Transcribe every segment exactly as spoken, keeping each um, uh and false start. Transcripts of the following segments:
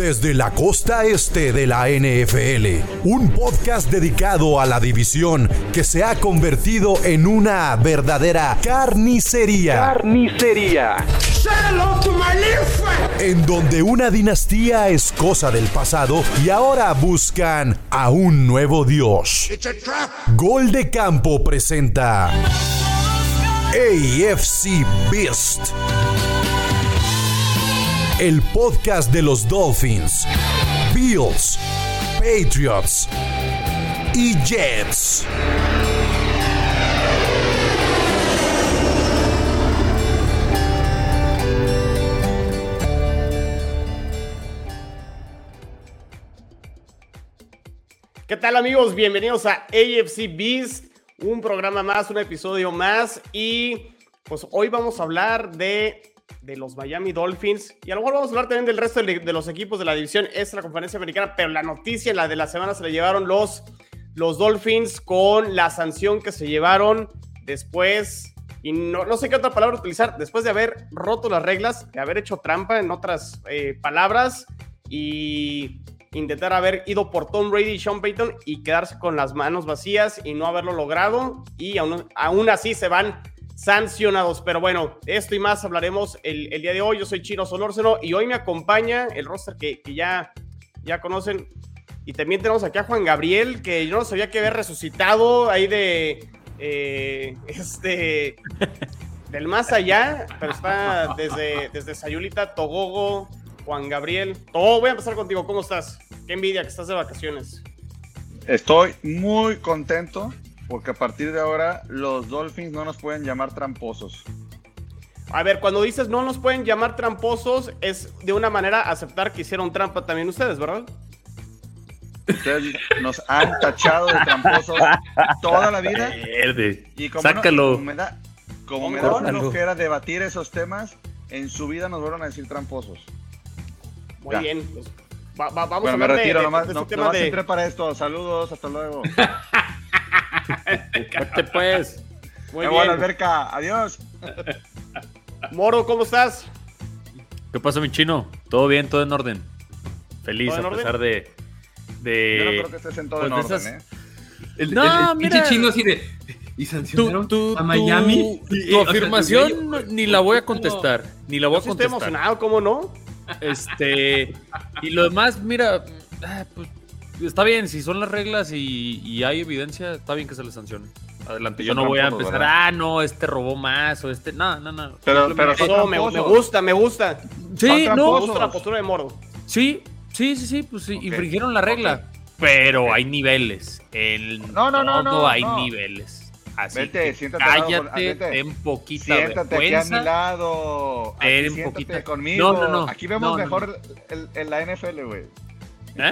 Desde la costa este de la N F L, un podcast dedicado a la división que se ha convertido en una verdadera carnicería. Carnicería. En donde una dinastía es cosa del pasado y ahora buscan a un nuevo dios. Gol de Campo presenta A F C Beast, el podcast de los Dolphins, Bills, Patriots y Jets. ¿Qué tal, amigos? Bienvenidos a A F C Beast, un programa más, un episodio más, y pues hoy vamos a hablar de, de los Miami Dolphins, y a lo mejor vamos a hablar también del resto de, de los equipos de la división esta de la conferencia americana, pero la noticia, la de la semana, se la llevaron los, los Dolphins con la sanción que se llevaron después, y no, no sé qué otra palabra utilizar, después de haber roto las reglas, de haber hecho trampa en otras eh, palabras, y intentar haber ido por Tom Brady y Sean Payton y quedarse con las manos vacías y no haberlo logrado, y aún, aún así se van sancionados. Pero bueno, esto y más hablaremos el, el día de hoy. Yo soy Chino Solórzano y hoy me acompaña el roster que, que ya, ya conocen, y también tenemos aquí a Juan Gabriel, que yo no sabía que había resucitado ahí de eh, este del más allá, pero está desde, desde Sayulita, Togogo. Juan Gabriel, oh, voy a empezar contigo. ¿Cómo estás? Qué envidia que estás de vacaciones. Estoy muy contento porque a partir de ahora los Dolphins no nos pueden llamar tramposos. A ver, cuando dices no nos pueden llamar tramposos, es de una manera aceptar que hicieron trampa también ustedes, ¿verdad? Ustedes nos han tachado de tramposos toda la vida. Verde. Y como Sácalo. No, como me da, como me da flojera debatir esos temas, en su vida nos vuelven a decir tramposos. Muy ya. bien, pues va, va, vamos bueno, a me hablar retiro, de, nomás, de, de no, este nomás tema de... entré para esto. Saludos, hasta luego. Vete pues. Muy Me voy a la bien. alberca, adiós. Moro, ¿cómo estás? ¿Qué pasa, mi chino? ¿Todo bien? ¿Todo en orden? Feliz ¿Todo en a orden? pesar de... de... Yo no creo que estés en todo pues, en de orden, esas- ¿eh? El, No, el, el mira. pinche chino así de... Y sancionaron Tu, tu, a Miami. tu, Y, tu o sea, afirmación el güey- ni la voy a contestar. Ni la voy Yo a sí estoy contestar. emocionado, ¿cómo no? Este... Y lo demás, mira... ah, pues, está bien, si son las reglas y, y hay evidencia, está bien que se les sancione. Adelante, yo Son no voy a tramposos, empezar, ¿verdad? ah, no, este robó más o este... No, no, no. Pero, Simplemente- pero son Eso me, tramposos. me gusta, me gusta. Sí, son Me no, tramposos. gusta la postura de Moro. Sí, sí, sí, sí, pues sí, Ok. infringieron la regla. Pero hay niveles. En No, no, no, todo no, hay no. niveles. Así Vete, que siéntate al lado con- cállate, vete. ten poquita Siéntate aquí a mi vergüenza. lado. Aquí Ten siéntate poquita- conmigo. No, no, no. Aquí vemos No, no, mejor el, el- la N F L, güey. ¿Eh?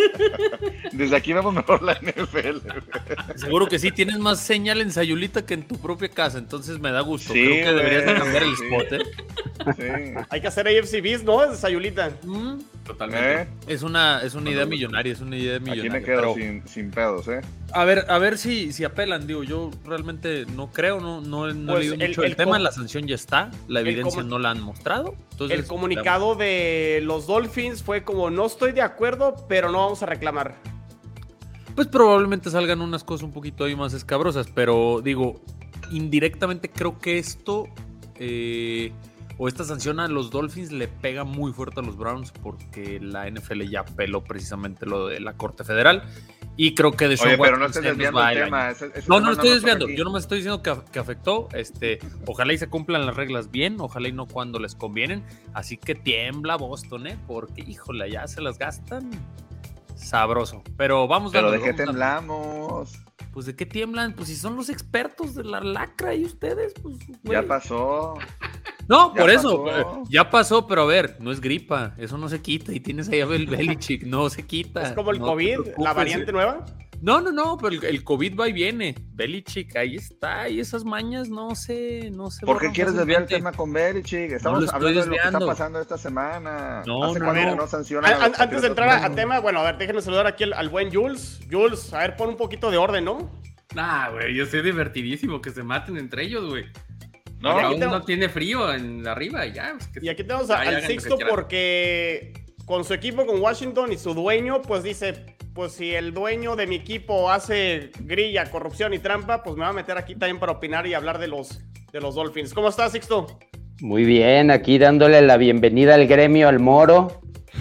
Desde aquí vemos mejor la N F L, güey. Seguro que sí, tienes más señal en Sayulita que en tu propia casa, entonces me da gusto. Sí, Creo que deberías de güey, cambiar el sí. spot, ¿eh? Sí. Hay que hacer A F C Beast, ¿no? Desde Sayulita. Mm, Totalmente. ¿Eh? Es una, es una idea millonaria, es una idea Aquí millonaria. me quedo pero- sin, sin pedos, ¿eh? A ver, a ver si, si apelan, digo, yo realmente no creo, no, no, no Pues he leído el- mucho el del tema, com- la sanción ya está, la el evidencia com- no la han mostrado. Entonces, El comunicado de los Dolphins fue como, no estoy de acuerdo, pero no vamos a reclamar. pues probablemente salgan unas cosas un poquito ahí más escabrosas, pero digo, indirectamente creo que esto eh, o esta sanción a los Dolphins le pega muy fuerte a los Browns porque la N F L ya peló precisamente lo de la Corte Federal y creo que de Oye, pero no estés desviando el tema. ese- ese No, tema no lo estoy nos desviando. toca aquí. Yo nomás estoy diciendo que, af- que afectó. Este, ojalá y se cumplan las reglas bien, ojalá y no cuando les convienen. Así que tiembla Boston, ¿eh? Porque, híjole, ya se las gastan. Sabroso. Pero vamos Pero dándole, de qué vamos dándole. temblamos. Pues de qué tiemblan, pues si son los expertos de la lacra y ustedes, pues. güey. Ya pasó. No, ya por eso, pasó. eh, ya pasó, pero a ver, no es gripa, eso no se quita y tienes ahí a Bel Belichick, no se quita. Es como el no te COVID, preocupes. la variante nueva. No, no, no, pero el, el COVID va y viene. Belichick, ahí está, y esas mañas no sé, no sé. ¿Por qué quieres desviar el tema con Belichick? Estamos lo estoy hablando de lo que está desviando. pasando esta semana. No, ¿Hace no, cuánto no. que no sancionan An- a an- los antes de entrar Patriotas? a, a tema, bueno, a ver, déjenme saludar aquí al, al buen Jules. Jules, a ver, pon un poquito de orden, ¿no? Nah, güey, yo sé divertidísimo que se maten entre ellos, güey. No, Cada aquí uno tengo- tiene frío en arriba y ya. Pues que Y aquí tenemos a- vaya, al hagan lo que Sixto quieran. porque con su equipo, con Washington y su dueño, pues dice, pues si el dueño de mi equipo hace grilla, corrupción y trampa, pues me va a meter aquí también para opinar y hablar de los, de los Dolphins. ¿Cómo estás, Sixto? Muy bien, aquí dándole la bienvenida al gremio al Moro.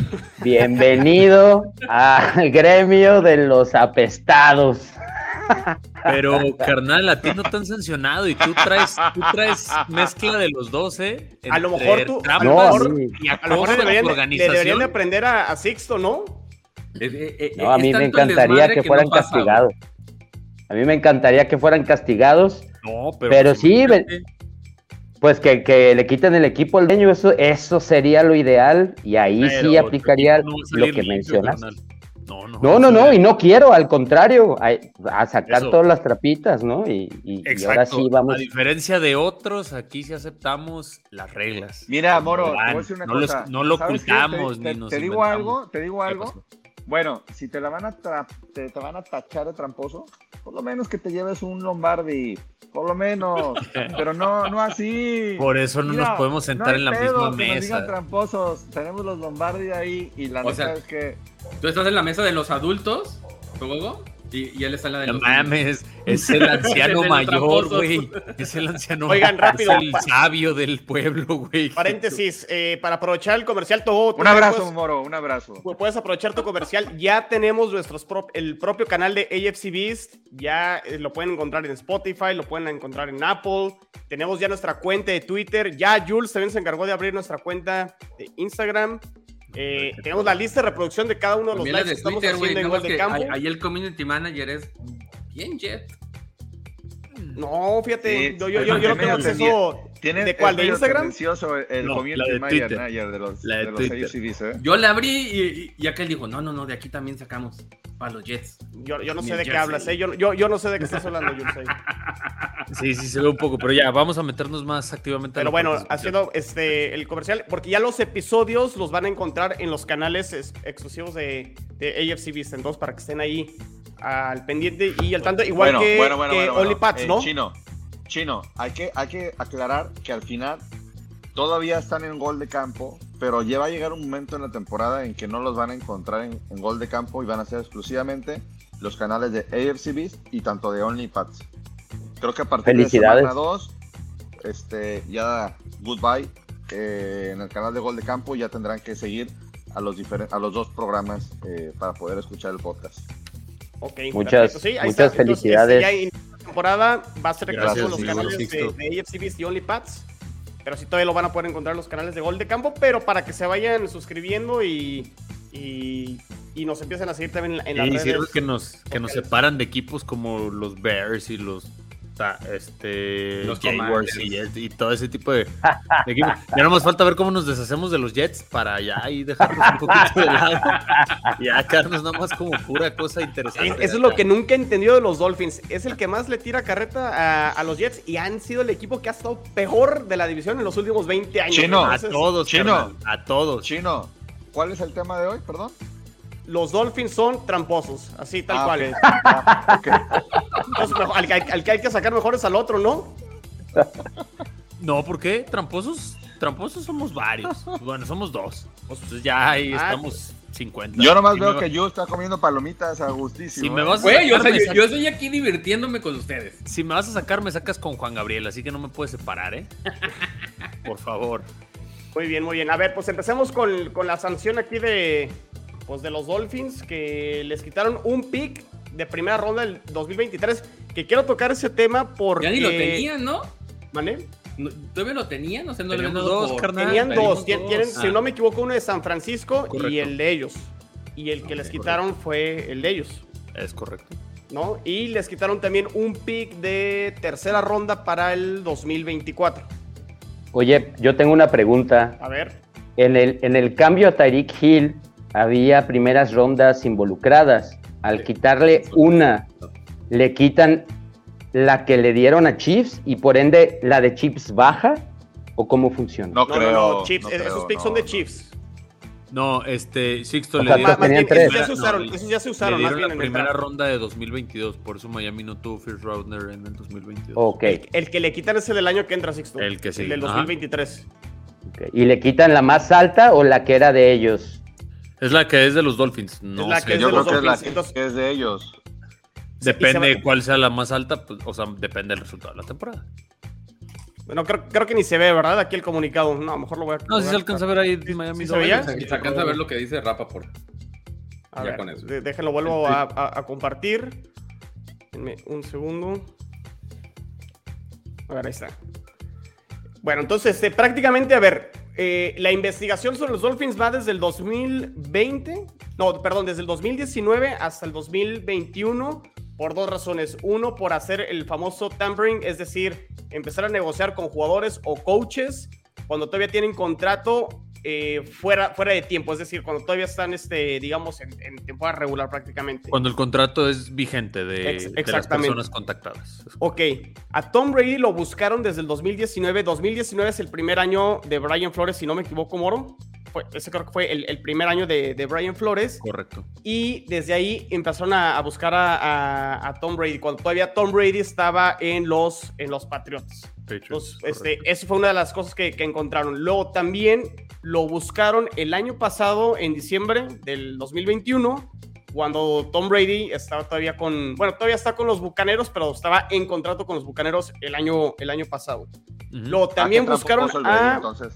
Bienvenido al gremio de los apestados. Pero, carnal, a ti no te han sancionado y tú traes, tú traes mezcla de los dos, ¿eh? A lo mejor tú, a lo No, mejor, a mí- y a lo mejor acoso le a deberían, tu le organización. deberían de aprender a, a Sixto, ¿no? Eh, eh, eh, No, a mí es me tanto el encantaría desmadre que fueran no pasa, castigados. A mí me encantaría que fueran castigados, No, pero, pero pues, sí, imagínate. pues que, que le quiten el equipo al dueño, eso, eso sería lo ideal, y ahí Pero sí aplicaría tu equipo no va a lo salir que limpio, mencionas. carnal. No, no, No, no, no, y no quiero, al contrario, a, a sacar Eso. todas las trapitas, ¿no? Y, y- y Exacto. ahora sí vamos. A diferencia de otros, aquí sí aceptamos las reglas. Mira, Moro, Como te voy a van. decir una no, los- cosa. no lo ¿Sabes qué? ocultamos Te, te- ni nos te digo inventamos. algo, te digo ¿Qué algo. pasó? Bueno, si te la van a tra- te, te van a tachar de tramposo, por lo menos que te lleves un Lombardi, por lo menos, pero no, no así. Por eso no Mira, nos podemos sentar no hay en la pedo misma que nos digan mesa. tramposos, tenemos los Lombardi ahí y la O neta sea, es que Tú estás en la mesa de los adultos, juego, y, y él está en la de No los mames, es el anciano De los mayor, tramposos. güey. Es el anciano Oigan, mayor. rápido. Es el sabio del pueblo, güey. Paréntesis, eh, para aprovechar el comercial, todo. un abrazo, Moro, un abrazo. Pues puedes aprovechar tu comercial. Ya tenemos nuestros prop- el propio canal de A F C Beast. Ya eh, lo pueden encontrar en Spotify, lo pueden encontrar en Apple. Tenemos ya nuestra cuenta de Twitter. Ya Jules también se encargó de abrir nuestra cuenta de Instagram. Eh, tenemos la lista de reproducción de cada uno de los También la lives de que estamos Twitter, güey. haciendo en nada más Gol de que Campo. ahí- Ahí el community manager es bien jet. No, fíjate, Sí, yo, yo, yo, yo no tengo medio acceso. Tiene, ¿De cuál? es ¿De medio Instagram? tendencioso el, el No, community la de manager, Twitter. manager de los, La de de los Twitter. A F C Bs, ¿eh? Yo le abrí y, y aquel dijo, no, no, no, de aquí también sacamos para los Jets. Yo, yo no Ni sé el de qué jersey. hablas, ¿eh? yo, yo, yo no sé de qué estás hablando, Jules. ahí. Sí, sí, se ve un poco, pero ya, vamos a meternos más activamente. a Pero la bueno, participación. haciendo este, el comercial, porque ya los episodios los van a encontrar en los canales es- exclusivos de, de A F C Beast, entonces para que estén ahí al pendiente y al tanto, igual Bueno, que, bueno, bueno, que bueno, bueno. OnlyPats, Eh, ¿no? Chino, Chino, hay que, hay que aclarar que al final todavía están en Gol de Campo, pero ya va a llegar un momento en la temporada en que no los van a encontrar en, en Gol de Campo y van a ser exclusivamente los canales de A F C Beast y tanto de OnlyPats. Creo que a partir Felicidades. de semana dos, este, ya goodbye, eh, en el canal de Gol de Campo ya tendrán que seguir a los, diferen- a los dos programas eh, para poder escuchar el podcast. Ok, Muchas- perfecto. Sí, ahí muchas está. Entonces, felicidades. este, ya en la temporada va a ser Gracias, exclusivo en los sí, canales de, Sixto. de A F C Beast y OnlyPats. Pero sí todavía lo van a poder encontrar en los canales de Gol de Campo, pero para que se vayan suscribiendo y, y, y nos empiecen a seguir también en, en las Sí, redes. sirve que nos, que nos separan de equipos como los Bears y los ta- este Los Jaguars Commanders. y, y todo ese tipo de, de equipos. Ya no más falta ver cómo nos deshacemos de los Jets para ya ahí dejarlos un poquito de lado y ya quedarnos nada más como pura cosa interesante. Es- Eso es lo que nunca he entendido de los Dolphins. Es el que más le tira carreta a, a los Jets y han sido el equipo que ha estado peor de la división en los últimos veinte años. Chino. A Entonces, todos, Chino. carnal, a todos. Chino, ¿cuál es el tema de hoy? Perdón. Los Dolphins son tramposos, así tal Ah, cual. ok. Ah, ok. Entonces, mejor- al, que hay- al que hay que sacar mejor es al otro, ¿no? No, ¿por qué? Tramposos, tramposos somos varios. Bueno, somos dos. Entonces ya ahí Ah, estamos cincuenta. Yo nomás Si veo me que va- yo está comiendo palomitas a gustísimo. Si me ¿eh? vas a Güey, o sea, sacar, me yo, sacas- yo estoy aquí divirtiéndome con ustedes. Si me vas a sacar, me sacas con Juan Gabriel, así que no me puedes separar, ¿eh? Por favor. Muy bien, muy bien. A ver, pues empecemos con, con la sanción aquí de, pues de los Dolphins, que les quitaron un pick de primera ronda del dos mil veintitrés, que quiero tocar ese tema porque... Ya ni lo tenían, ¿no? ¿Mané? No, ¿Todavía lo tenían? O sea, no le Teníamos habían dado dos, por- carnal. Tenían pedimos dos, tien- dos. tienen, Ah. si no me equivoco, uno de San Francisco y Correcto. el de ellos. Y el que les quitaron fue el de ellos, Es correcto. ¿no? Y les quitaron también un pick de tercera ronda para el dos mil veinticuatro. Oye, yo tengo una pregunta. A ver. En el, en el cambio a Tyreek Hill había primeras rondas involucradas. Al quitarle una, le quitan la que le dieron a Chiefs y por ende la de Chiefs baja. ¿O cómo funciona? No, No, creo. no, no, Chiefs, no es- creo, esos picks no, son de no. Chiefs. No, este, Sixto O le sea, dieron, todos tenían Más bien, esos tres. ya se usaron, No, esos ya se le usaron más dieron bien la en el primera draft. ronda de dos mil veintidós, por eso Miami no tuvo first rounder en el dos mil veintidós. Ok, El, el que le quitan es el del año que entra, Sixto. El que sigue, El del ajá. dos mil veintitrés. ok. ¿Y le quitan la más alta o la que era de ellos? Es la que es de los Dolphins. No Es la sé. que es Yo de creo los que es la Dolphins, que entonces- es de ellos. Depende Y se de va- cuál sea la más alta, pues, o sea, depende del resultado de la temporada. Bueno, creo, creo que ni se ve, ¿verdad? Aquí el comunicado. No, a lo mejor lo voy a... No, si voy se alcanza a ver ahí Miami sí se Dolphins. veía? Se, se alcanza a ver lo que dice Rappaport. A Ya ver, con eso. de- déjenlo, vuelvo a, a- a compartir. Denme un segundo. A ver, ahí está. Bueno, entonces, este, prácticamente, a ver, eh, la investigación sobre los Dolphins va desde el dos mil veinte, no, perdón, desde el dos mil diecinueve hasta el dos mil veintiuno, por dos razones. Uno, por hacer el famoso tampering, es decir, empezar a negociar con jugadores o coaches cuando todavía tienen contrato eh, fuera, fuera de tiempo, es decir, cuando todavía están, este, digamos, en, en temporada regular prácticamente. Cuando el contrato es vigente de, Ex- de las exactamente. personas contactadas. Ok, a Tom Brady lo buscaron desde el dos mil diecinueve. dos mil diecinueve es el primer año de Brian Flores, si no me equivoco, Moro. Fue, ese creo que fue el, el primer año de, de Brian Flores. Correcto. Y desde ahí empezaron a, a buscar a, a, a Tom Brady, cuando todavía Tom Brady estaba en los, en los Patriots. Entonces, este, eso fue una de las cosas que, que encontraron. Luego también lo buscaron el año pasado, en diciembre del dos mil veintiuno, cuando Tom Brady estaba todavía con, bueno, todavía está con los Bucaneros, pero estaba en contrato con los Bucaneros el año, el año pasado. Ujú. Luego también Ah, qué buscaron tramposo el Brady, a... entonces.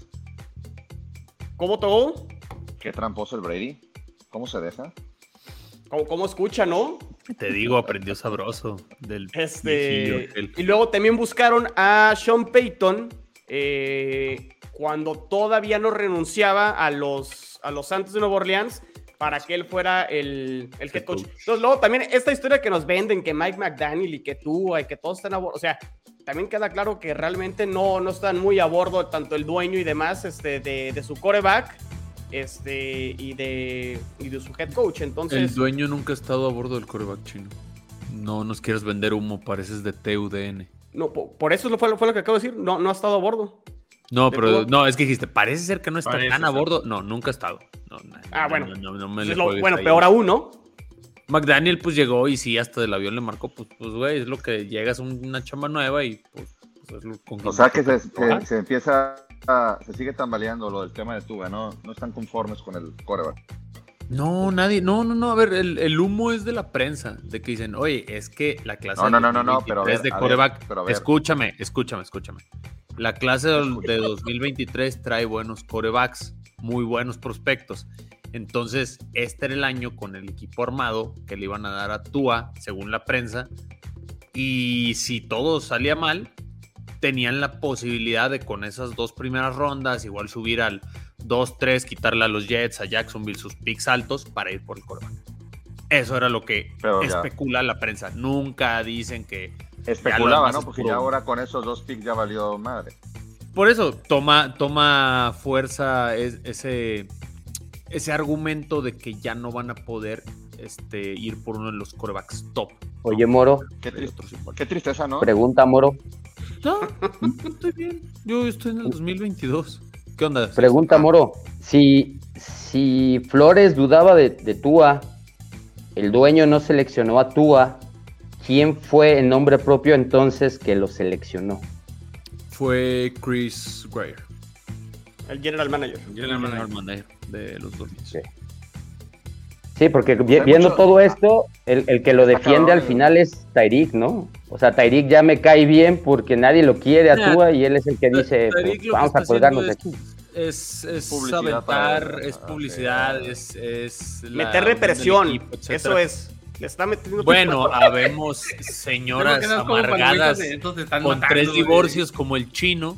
¿Cómo todo? Qué tramposo el Brady. ¿Cómo se deja? ¿Cómo, cómo escucha, no? Te digo, aprendió sabroso del Este, viejillo aquel. y luego también buscaron a Sean Payton eh, cuando todavía no renunciaba a los, a los Santos de Nueva Orleans para que él fuera el, el head coach. Entonces, luego también esta historia que nos venden, que Mike McDaniel y que tú, y que todos están a bordo, o sea, también queda claro que realmente no, no están muy a bordo tanto el dueño y demás este, de, de su quarterback este, y, de, y de su head coach. Entonces, El dueño nunca ha estado a bordo del quarterback chino. No nos quieres vender humo, pareces de T U D N. no, por, por eso fue, fue lo que acabo de decir, no, no ha estado a bordo. No, ¿De pero Tua? no, es que dijiste, parece ser que no está Parece tan a ser. bordo. No, nunca ha estado. No, no, Ah, no, bueno. no, no, no me Entonces, le lo- juegues bueno, ahí. peor aún, ¿no? McDaniel pues llegó y sí, hasta del avión le marcó, pues, pues güey, es lo que llegas a una chamba nueva y pues, pues es lo con O sea que se, Ajá. se, se empieza a, se sigue tambaleando lo del tema de Tua, ¿no? No están conformes con el quarterback. No, nadie, no, no, no, a ver, el, el humo es de la prensa, de que dicen, oye, es que la clase No, no, del no, no, no, pero a ver, dos mil veintitrés de a ver, quarterback, pero a ver. escúchame, escúchame, escúchame. La clase del- de dos mil veintitrés trae buenos quarterbacks, muy buenos prospectos. Entonces, este era el año con el equipo armado que le iban a dar a Tua, según la prensa. Y si todo salía mal, tenían la posibilidad de con esas dos primeras rondas, igual subir al dos tres, quitarle a los Jets, a Jacksonville sus picks altos para ir por el quarterback. Eso era lo que Pero ya. especula la prensa. Nunca dicen que... Especulaba, Ya lo ¿no? demás Porque es ya puro- ahora con esos dos picks ya valió madre. Por eso toma, toma fuerza es- ese, ese argumento de que ya no van a poder este, ir por uno de los quarterbacks top. Oye, Moro, Qué, Hay triste- otros igual. qué tristeza, ¿no? pregunta, Moro. No, yo estoy bien. Yo estoy en el dos mil veintidós. ¿Qué onda? Pregunta, Moro. Si, si Flores dudaba de, de Tua, el dueño no seleccionó a Tua, ¿quién fue el nombre propio entonces que lo seleccionó? Fue Chris Greer, El general manager. General manager. general manager de los Dolphins. Sí. Sí, porque vi- hay viendo mucho- todo esto, el, el que lo Está defiende cabrón, al final es Tyreek, ¿no? O sea, Tyreek ya me cae bien porque nadie lo quiere a Mira, Tua y él es el que dice, Tyreek pues, lo que vamos está a colgarnos de haciendo aquí. Es, es Publicidad para aventar, él. es Ah, publicidad, ok. es, es la Meterle unión del presión. equipo, etcétera. Eso es. Le está metiendo Bueno, habemos Creo señoras que no es como cuando amargadas ahorita estos te están con matando, tres güey. divorcios como el chino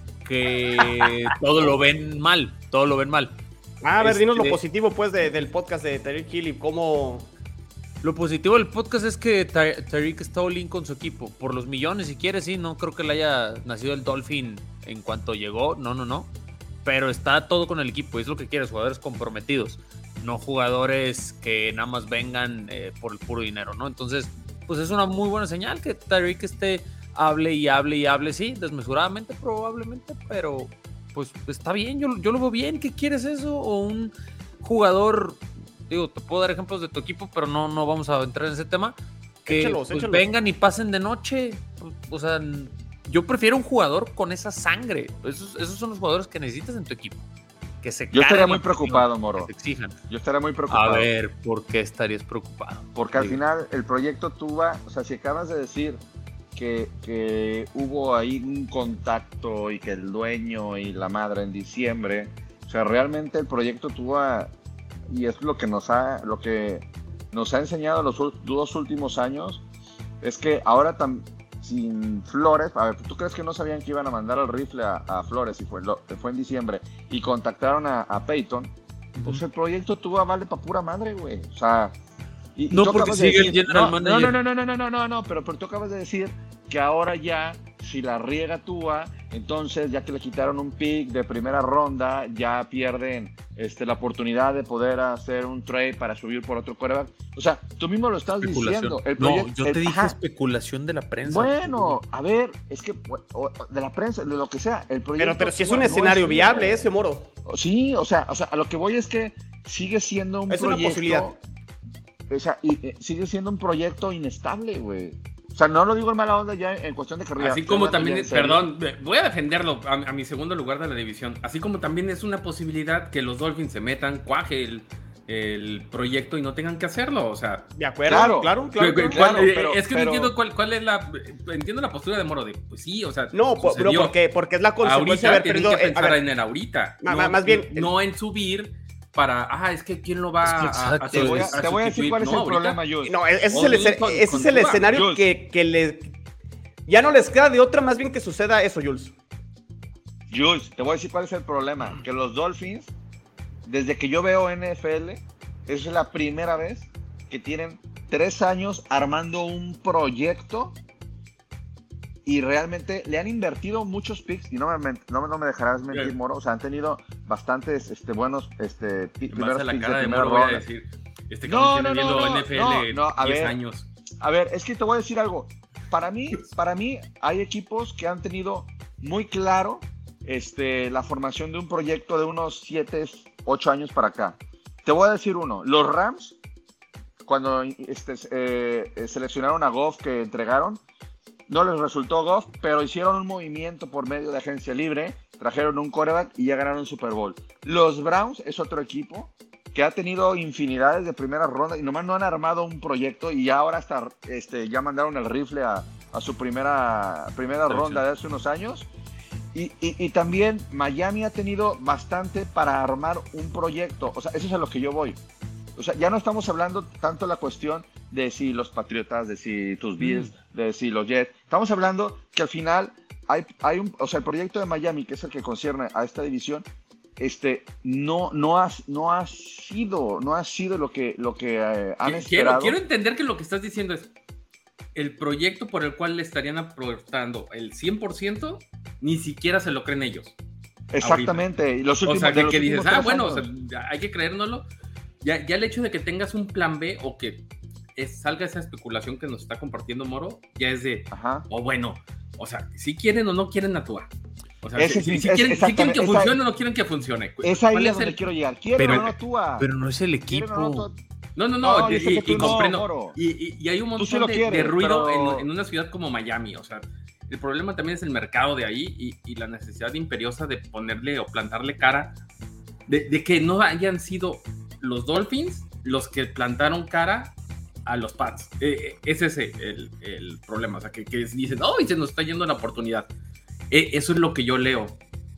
que todo lo ven mal, todo lo ven mal. Ah, a ver, dinos lo Este- positivo, pues, de- del podcast de Tyreek Hill y cómo... Lo positivo del podcast es que Ty- Tyreek está all in con su equipo. Por los millones, si quiere, sí. No creo que le haya nacido el Dolphin en cuanto llegó. No, no, no. Pero está todo con el equipo. Y es lo que quieres, jugadores comprometidos. No jugadores que nada más vengan eh, por el puro dinero, ¿no? Entonces, pues es una muy buena señal que Tyreek esté hable y hable y hable. Sí, desmesuradamente probablemente, pero pues está bien. Yo, yo lo veo bien. ¿Qué quieres eso? O un jugador... Digo, te puedo dar ejemplos de tu equipo, pero no, no vamos a entrar en ese tema. Que Échalos, pues, échalos. vengan y pasen de noche. O sea, yo prefiero un jugador con esa sangre. Esos, esos son los jugadores que necesitas en tu equipo. que se Yo estaría carguen muy la presión, preocupado, Moro. que se exijan. Yo estaría muy preocupado. A ver, ¿por qué estarías preocupado? Porque al Digo, final el proyecto Tua, o sea, si acabas de decir que, que hubo ahí un contacto y que el dueño y la madre en diciembre, o sea, realmente el proyecto Tua, y es lo que nos ha, lo que nos ha enseñado los dos últimos años, es que ahora tam, sin Flores, a ver, ¿tú crees que no sabían que iban a mandar el rifle a, a Flores y fue, lo, fue en diciembre y contactaron a, a Peyton? Pues el proyecto Tua vale pa' pura madre, güey. O sea, y, no y tú porque acabas de sigue el decir, general no, manager. no, no, no, no, no, no, no, no, pero, pero tú acabas de decir que ahora ya, si la riega Tua, entonces ya que le quitaron un pick de primera ronda, ya pierden este, la oportunidad de poder hacer un trade para subir por otro quarterback. O sea, tú mismo lo estás diciendo. El proyecto, no, yo te el, dije ajá. especulación de la prensa. Bueno, a ver, es que de la prensa, de lo que sea, el proyecto. Pero, pero si es Tua un no escenario es viable un- ese, Moro. Sí, o sea, o sea, a lo que voy es que sigue siendo un Es una proyecto. posibilidad. O sea, y, eh, sigue siendo un proyecto inestable, güey. O sea, no lo digo en mala onda ya en cuestión de carrera. Así estoy como hablando también, ya es- en serio. perdón, voy a defenderlo a, a mi segundo lugar de la división. Así como también es una posibilidad que los Dolphins se metan, cuaje el, el proyecto y no tengan que hacerlo. O sea, De acuerdo, Claro. claro, claro. ¿cuál- claro. cuál- eh, pero- es que pero- no entiendo cuál, cuál es la. Entiendo la postura de Moro de, pues sí, o sea. No, po- sucedió. no porque, porque es la consecuencia de Ahorita haber tienen perdido. que eh, a pensar ver, en el ahorita. Ma- no, ma- más bien- No en subir para. Ah, es que quién lo va Es que a- a, exacto, a, Te voy a, a te voy a decir sustituir. cuál es No, el ahorita- problema, Jules. no, ese es All el, in escen- con- ese con es el Tua. escenario Jules. que, que le. Ya no les queda de otra más bien que suceda eso, Jules. Jules, te voy a decir cuál es el problema. Que los Dolphins, desde que yo veo N F L, es la primera vez que tienen tres años armando un proyecto y realmente le han invertido muchos picks y no me, no, no me dejarás mentir, Bien. Moro. O sea, han tenido bastantes este, buenos este, pi- En base primeros a la picks de cara de primera Moro voy a ronda. decir, este No, cabrón no, tiene no, viendo no, N F L no, no, a diez ver. años. A ver, es que te voy a decir algo. Para mí, para mí hay equipos que han tenido muy claro este, la formación de un proyecto de unos siete, ocho años para acá. Te voy a decir uno. Los Rams, cuando este, eh, seleccionaron a Goff que entregaron, no les resultó Goff, pero hicieron un movimiento por medio de agencia libre, trajeron un quarterback y ya ganaron un Super Bowl. Los Browns es otro equipo que ha tenido infinidades de primeras rondas y nomás no han armado un proyecto y ya ahora hasta este, ya mandaron el rifle a, a su primera, primera ronda de hace unos años. Y, y, y también Miami ha tenido bastante para armar un proyecto. O sea, eso es a lo que yo voy. O sea, ya no estamos hablando tanto la cuestión de si los Patriotas, de si tus Bills, mm. de si los Jets. Estamos hablando que al final hay, hay un, o sea, el proyecto de Miami, que es el que concierne a esta división, este, no, no, ha, no ha sido, no ha sido lo que, lo que eh, han Quiero, esperado. quiero entender que lo que estás diciendo es el proyecto por el cual le estarían aportando el cien por ciento, ni siquiera se lo creen ellos. Exactamente. Y los últimos, o sea, que, los que dices, últimos ah, tres bueno, o años. sea, hay que creérnoslo. Ya, ya el hecho de que tengas un plan B o que es, salga esa especulación que nos está compartiendo Moro, ya es de, Ajá. o oh, bueno, o sea, si quieren o no quieren actuar. O sea, Ese, si, si, es, quieren, si quieren que esa, funcione o no quieren que funcione. Es ahí ¿Cuál a es donde el... quiero llegar. ¿Quieren pero, o no actúa? pero no es el equipo. ¿Quieren o no tú- No, no, no, No, y, yo sé que y, tú y no, comprendo. Moro. Y, y, y hay un montón sí lo de, quieres, de ruido pero- en, en una ciudad como Miami. O sea, el problema también es el mercado de ahí y, y la necesidad imperiosa de ponerle o plantarle cara, de, de que no hayan sido los Dolphins los que plantaron cara a los Pats. Eh, ese es el, el problema. O sea, que, que dicen, oh, y se nos está yendo la oportunidad. Eh, eso es lo que yo leo.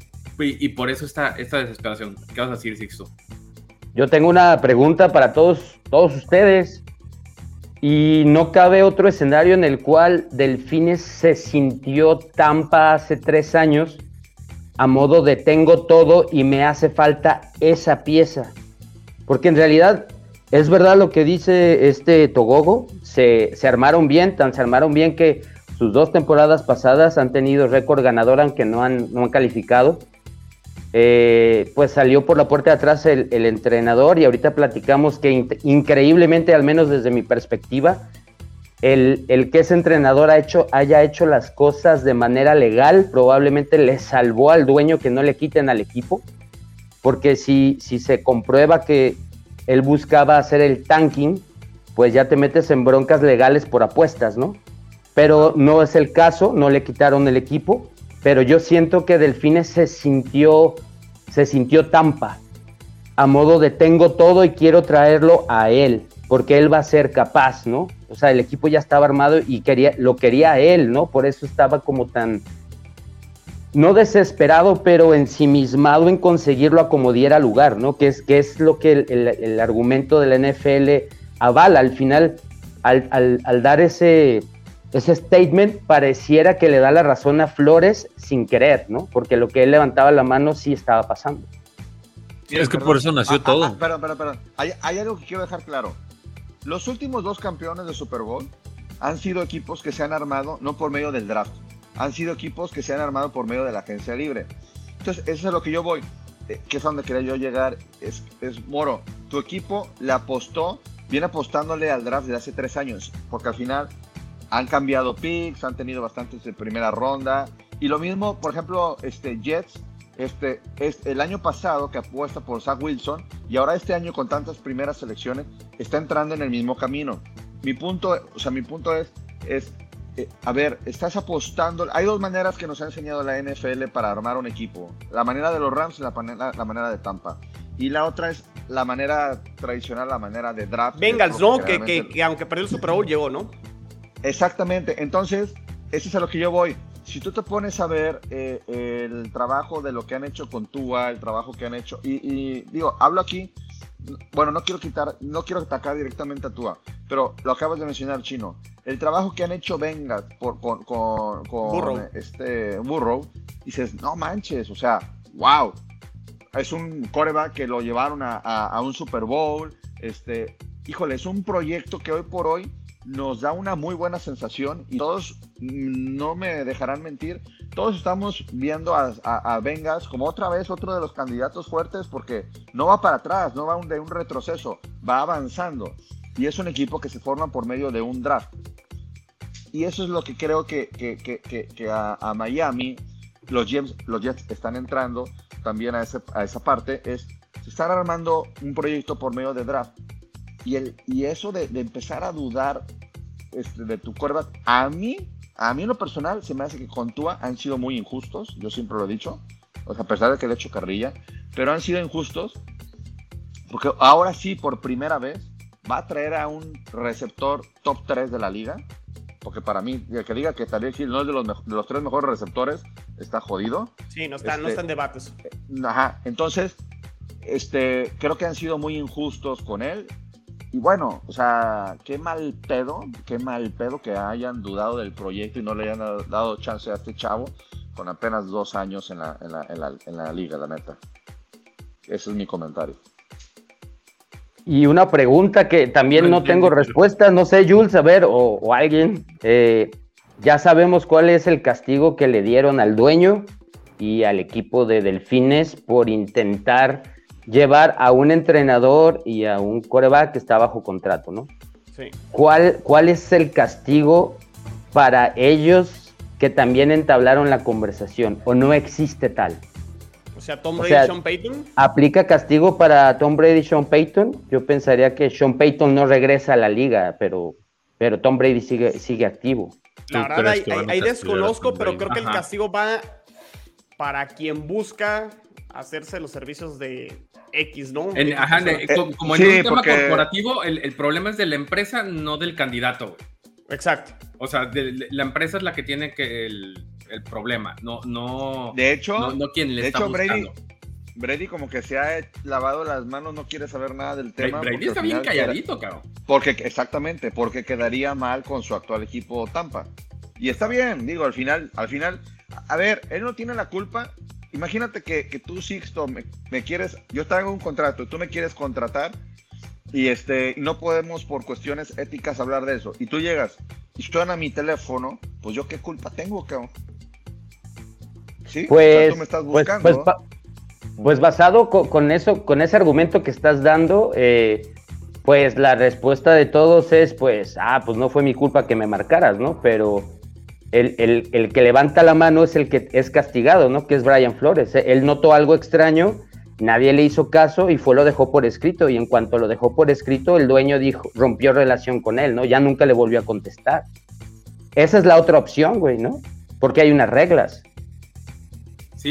Y, y por eso está esta desesperación. ¿Qué vas a decir, Sixto? Yo tengo una pregunta para todos, todos ustedes. Y no cabe otro escenario en el cual Delfines se sintió Tampa hace tres años a modo de tengo todo y me hace falta esa pieza. Porque en realidad es verdad lo que dice este Togogo, se, se armaron bien, tan se armaron bien que sus dos temporadas pasadas han tenido récord ganador aunque no han, no han calificado. Eh, pues salió por la puerta de atrás el, el entrenador y ahorita platicamos que in- increíblemente, al menos desde mi perspectiva, el, el que ese entrenador ha hecho, haya hecho las cosas de manera legal probablemente le salvó al dueño que no le quiten al equipo, porque si, si se comprueba que él buscaba hacer el tanking, pues ya te metes en broncas legales por apuestas, ¿no? Pero no es el caso, no le quitaron el equipo. Pero yo siento que Delfines se sintió, se sintió Tampa. a modo de tengo todo y quiero traerlo a él, porque él va a ser capaz, ¿no? O sea, el equipo ya estaba armado y quería, lo quería a él, ¿no? Por eso estaba como tan, no desesperado, pero ensimismado en conseguirlo a como diera lugar, ¿no? Que es, que es lo que el, el, el argumento de la N F L avala. Al final, al, al, al dar ese, ese statement, pareciera que le da la razón a Flores sin querer, ¿no? Porque lo que él levantaba la mano sí estaba pasando. Mira, es que perdón, por eso nació ah, todo. Ah, ah, perdón, perdón, perdón. Hay, hay algo que quiero dejar claro. Los últimos dos campeones de Super Bowl han sido equipos que se han armado no por medio del draft, han sido equipos que se han armado por medio de la agencia libre. Entonces, eso es a lo que yo voy, eh, que es a donde quería yo llegar. Es, es Moro, tu equipo le apostó, viene apostándole al draft de hace tres años, porque al final han cambiado picks, han tenido bastantes de primera ronda, y lo mismo, por ejemplo, este Jets, Este, es el año pasado que apuesta por Zach Wilson y ahora este año con tantas primeras selecciones está entrando en el mismo camino. Mi punto, o sea, mi punto es, es eh, a ver, estás apostando. Hay dos maneras que nos ha enseñado la N F L para armar un equipo: la manera de los Rams y la, la, la manera de Tampa. Y la otra es la manera tradicional, la manera de draft. Bengals, ¿no? Que, que, que aunque perdió el Super Bowl llegó, ¿no? Exactamente. Entonces, eso es a lo que yo voy. Si tú te pones a ver eh, el trabajo de lo que han hecho con Tua, el trabajo que han hecho, y, y digo, hablo aquí, bueno, no quiero quitar, no quiero atacar directamente a Tua, pero lo acabas de mencionar, Chino, el trabajo que han hecho Bengals por, con, con, con Burrow. este Burrow, dices, no manches, o sea, wow, es un quarterback que lo llevaron a, a, a un Super Bowl, este, híjole, es un proyecto que hoy por hoy nos da una muy buena sensación y todos, no me dejarán mentir, todos estamos viendo a, a, a Bengals como otra vez otro de los candidatos fuertes porque no va para atrás, no va un, de un retroceso, va avanzando y es un equipo que se forma por medio de un draft y eso es lo que creo que, que, que, que, que a, a Miami los Jets, los Jets están entrando también a, ese, a esa parte, es se están armando un proyecto por medio de draft. Y, el, y eso de, de empezar a dudar este, de tu quarterback, a mí, a mí en lo personal, se me hace que con Tua han sido muy injustos, yo siempre lo he dicho, o sea, a pesar de que le he hecho carrilla, pero han sido injustos, porque ahora sí, por primera vez, va a traer a un receptor top tres de la liga, porque para mí, el que diga que Tyreek Hill no es de los, de los tres mejores receptores, está jodido. Sí, no está, este, no está en debates. Ajá, entonces, este, creo que han sido muy injustos con él. Y bueno, o sea, qué mal pedo, qué mal pedo que hayan dudado del proyecto y no le hayan dado chance a este chavo con apenas dos años en la, en la, en la, en la liga, la neta. Ese es mi comentario. Y una pregunta que también no tengo respuesta, no sé, Jules, a ver, o, o alguien, eh, ya sabemos cuál es el castigo que le dieron al dueño y al equipo de Delfines por intentar llevar a un entrenador y a un quarterback que está bajo contrato, ¿no? Sí. ¿Cuál, cuál es el castigo para ellos que también entablaron la conversación? ¿O no existe tal? O sea, Tom O Brady, sea, Sean Payton. ¿Aplica castigo para Tom Brady y Sean Payton? Yo pensaría que Sean Payton no regresa a la liga, pero, pero Tom Brady sigue, sigue activo. La verdad, ahí, ahí, ahí desconozco, pero creo que el castigo va para quien busca hacerse los servicios de X, ¿no? En, ajá, de, eh, como, como sí, en un tema porque... corporativo, el, el problema es de la empresa, no del candidato. Exacto. O sea, de, de, la empresa es la que tiene que el, el problema, no, no, de hecho, no, no quien le de está hecho, buscando. Brady, Brady como que se ha lavado las manos, no quiere saber nada del tema. Brady está bien calladito, queda, cabrón. Porque, exactamente, porque quedaría mal con su actual equipo Tampa. Y está bien, digo, al final, al final, a ver, él no tiene la culpa. Imagínate que, que tú, Sixto, me, me quieres, yo traigo un contrato, tú me quieres contratar y este, no podemos por cuestiones éticas hablar de eso. Y tú llegas y suena mi teléfono, pues yo qué culpa tengo, cabrón. ¿Sí? Pues, o sea, tú me estás buscando. Pues, pues, pues basado con, con eso, con ese argumento que estás dando, eh, pues la respuesta de todos es, pues, ah, pues no fue mi culpa que me marcaras, ¿no? Pero el, el, el que levanta la mano es el que es castigado, ¿no? Que es Brian Flores. Él notó algo extraño, nadie le hizo caso y fue lo dejó por escrito. Y en cuanto lo dejó por escrito, el dueño dijo, rompió relación con él, ¿no? Ya nunca le volvió a contestar. Esa es la otra opción, güey, ¿no? Porque hay unas reglas. Sí, pero,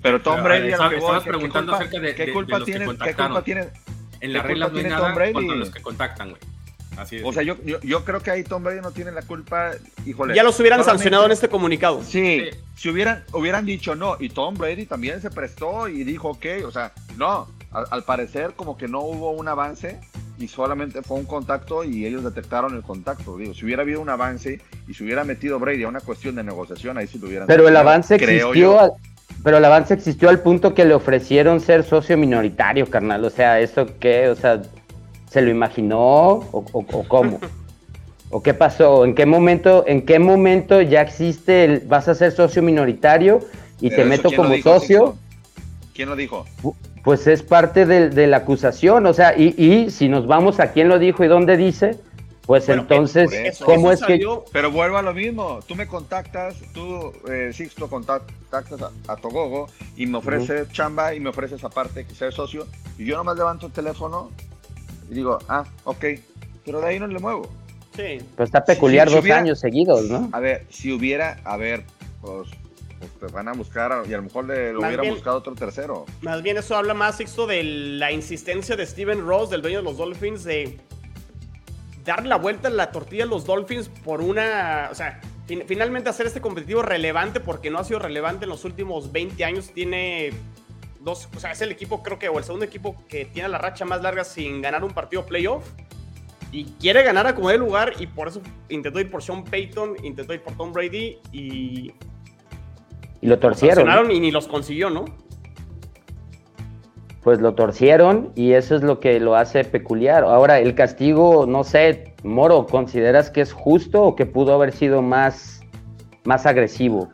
Pero Tom Pero, Brady, eh, a lo que estabas voy, preguntando ¿qué culpa, acerca de- ¿qué de- culpa de los que tiene, ¿qué contactaron. culpa tiene? En las ¿Qué reglas culpa no hay tiene nada Tom Brady? contra los que contactan, güey. Así es. O sea, yo, yo, yo creo que ahí Tom Brady no tiene la culpa, híjole. Ya los hubieran solamente- sancionado en este comunicado. Sí, Sí. si hubieran, hubieran dicho no, y Tom Brady también se prestó y dijo ok, o sea, no, al, al parecer como que no hubo un avance y solamente fue un contacto y ellos detectaron el contacto. Digo, si hubiera habido un avance y se hubiera metido Brady a una cuestión de negociación, ahí sí lo hubieran Pero el sancionado, avance creo existió, yo. al- pero el avance existió al punto que le ofrecieron ser socio minoritario, carnal. O sea, ¿eso qué? O sea, ¿se lo imaginó o, o- o cómo? ¿O qué pasó? ¿En qué momento, en qué momento ya existe el vas a ser socio minoritario y Pero te eso, meto ¿quién lo como dijo, socio? Sixto? ¿Quién lo dijo? Pues es parte de, de la acusación. O sea, y, y si nos vamos a quién lo dijo y dónde dice, pues Bueno, entonces, por eso- ¿cómo eso es que...? salió- Pero vuelvo a lo mismo, tú me contactas, tú, eh, Sixto, contactas a, a Togogo y me ofreces chamba y me ofreces aparte que ser socio, y yo nomás levanto el teléfono y digo, ah, ok, pero de ahí no le muevo. Sí. Pues está peculiar Si- si dos hubiera- años seguidos, ¿no? A ver, si hubiera, a ver, pues, pues te van a buscar y a lo mejor le, lo Más hubieran bien- buscado otro tercero. Más bien eso habla más, Sixto, de la insistencia de Steven Ross, del dueño de los Dolphins, de darle la vuelta a la tortilla a los Dolphins por una... O sea, fin- finalmente hacer este competitivo relevante, porque no ha sido relevante en los últimos veinte años. Tiene dos... O sea, es el equipo, creo que, o el segundo equipo que tiene la racha más larga sin ganar un partido playoff. Y quiere ganar a como de lugar, y por eso intentó ir por Sean Payton, intentó ir por Tom Brady, y... Y lo torcieron. sancionaron y ni los consiguió, ¿no? Pues lo torcieron y eso es lo que lo hace peculiar. Ahora, el castigo, no sé, Moro, ¿consideras que es justo o que pudo haber sido más, más agresivo?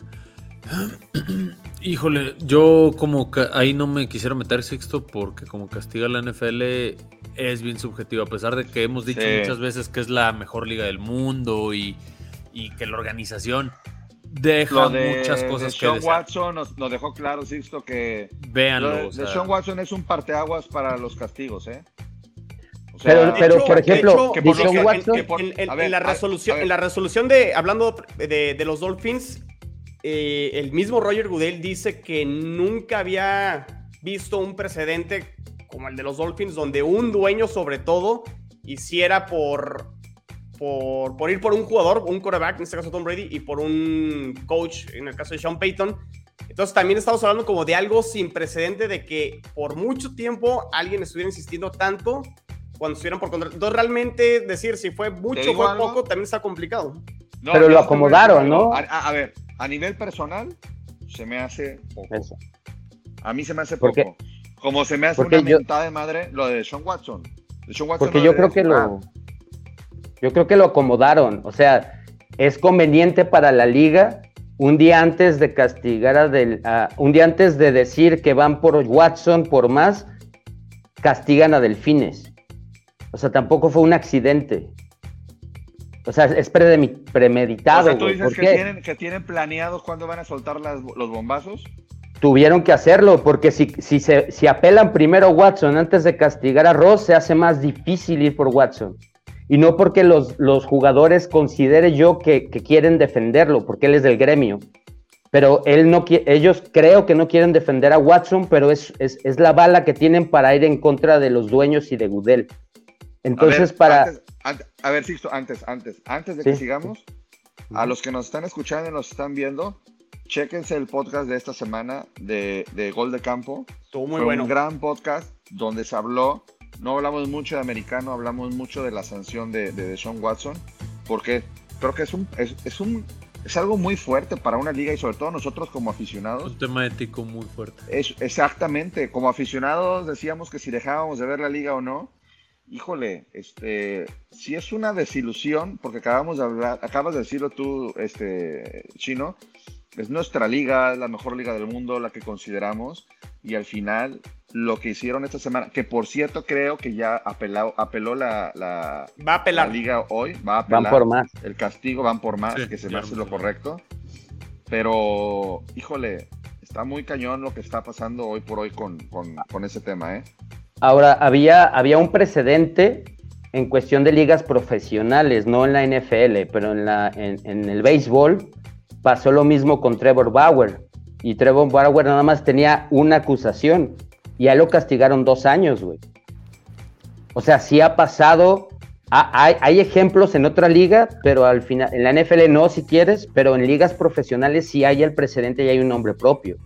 Híjole, yo como ca- ahí no me quisiera meter, Sixto, porque como castiga la N F L es bien subjetivo, a pesar de que hemos dicho Sí. muchas veces que es la mejor liga del mundo y, y que la organización deja Lo de, muchas de cosas que Sean desear. Watson nos, nos dejó claro, Sixto, que Véanlo. lo de, o sea, de Sean Watson es un parteaguas para los castigos, ¿eh? O sea, Pero, pero hecho- por de ejemplo, hecho, que por lo Deshaun que- Watson, que por- en, en- a ver, en la a- resolución, a ver. en la resolución de, hablando de, de los Dolphins, eh, el mismo Roger Goodell dice que nunca había visto un precedente como el de los Dolphins, donde un dueño, sobre todo, hiciera por, por, por ir por un jugador, un quarterback, en este caso Tom Brady, y por un coach, en el caso de Sean Payton. Entonces también estamos hablando como de algo sin precedente, de que por mucho tiempo alguien estuviera insistiendo tanto cuando estuvieran por contrato. Entonces realmente decir si fue mucho o digo fue algo? poco también está complicado. No, Pero yo lo te voy a acomodaron, decir algo. ¿no? A, a- a ver, a nivel personal, se me hace poco. Eso. A mí se me hace Porque- poco. Como se me hace porque una yo- mentada de madre lo de Sean Watson. De Sean Watson Porque no yo debería creo que jugar. lo, yo creo que lo acomodaron. O sea, es conveniente para la liga un día antes de castigar a del, a- un día antes de decir que van por Watson por más, castigan a Delfines. O sea, tampoco fue un accidente. O sea, es predemi- O premeditado. sea, tú güey. dices ¿Por que qué? tienen, que tienen planeados cuándo van a soltar las- los bombazos. Tuvieron que hacerlo, porque si, si, se, si apelan primero a Watson antes de castigar a Ross, se hace más difícil ir por Watson. Y no porque los, los jugadores considere yo que, que quieren defenderlo, porque él es del gremio. Pero él no qui- ellos creo que no quieren defender a Watson, pero es, es, es la bala que tienen para ir en contra de los dueños y de Goodell. Entonces, a ver, para... Antes, antes- a ver, Sixto, antes, antes, antes de Sí. que sigamos, a los que nos están escuchando y nos están viendo, chéquense el podcast de esta semana de, de Gol de Campo. Estuvo muy Fue bueno. un gran podcast donde se habló, no hablamos mucho de americano, hablamos mucho de la sanción de, de Deshaun Watson, porque creo que es un, es, es un, es algo muy fuerte para una liga y sobre todo nosotros como aficionados. un tema ético muy fuerte. Es, exactamente, como aficionados decíamos que si dejábamos de ver la liga o no. Híjole, este, si es una desilusión, porque acabamos de hablar, acabas de decirlo tú, este, Chino, es nuestra liga, es la mejor liga del mundo, la que consideramos, y al final lo que hicieron esta semana, que por cierto creo que ya apeló, apeló la, la, Va a apelar. la liga hoy, va a apelar Van por más. el castigo, van por más, Sí, que se me ya hace lo lo sé. correcto, pero, híjole, está muy cañón lo que está pasando hoy por hoy con, con, con ese tema, ¿eh? Ahora, había, había un precedente en cuestión de ligas profesionales, no en la N F L, pero en, la, en, en el béisbol pasó lo mismo con Trevor Bauer. y Trevor Bauer nada más tenía una acusación y a él lo castigaron dos años, güey. O sea, sí ha pasado, hay, hay ejemplos en otra liga, pero al final, en la N F L no, si quieres, pero en ligas profesionales sí hay el precedente y hay un nombre propio.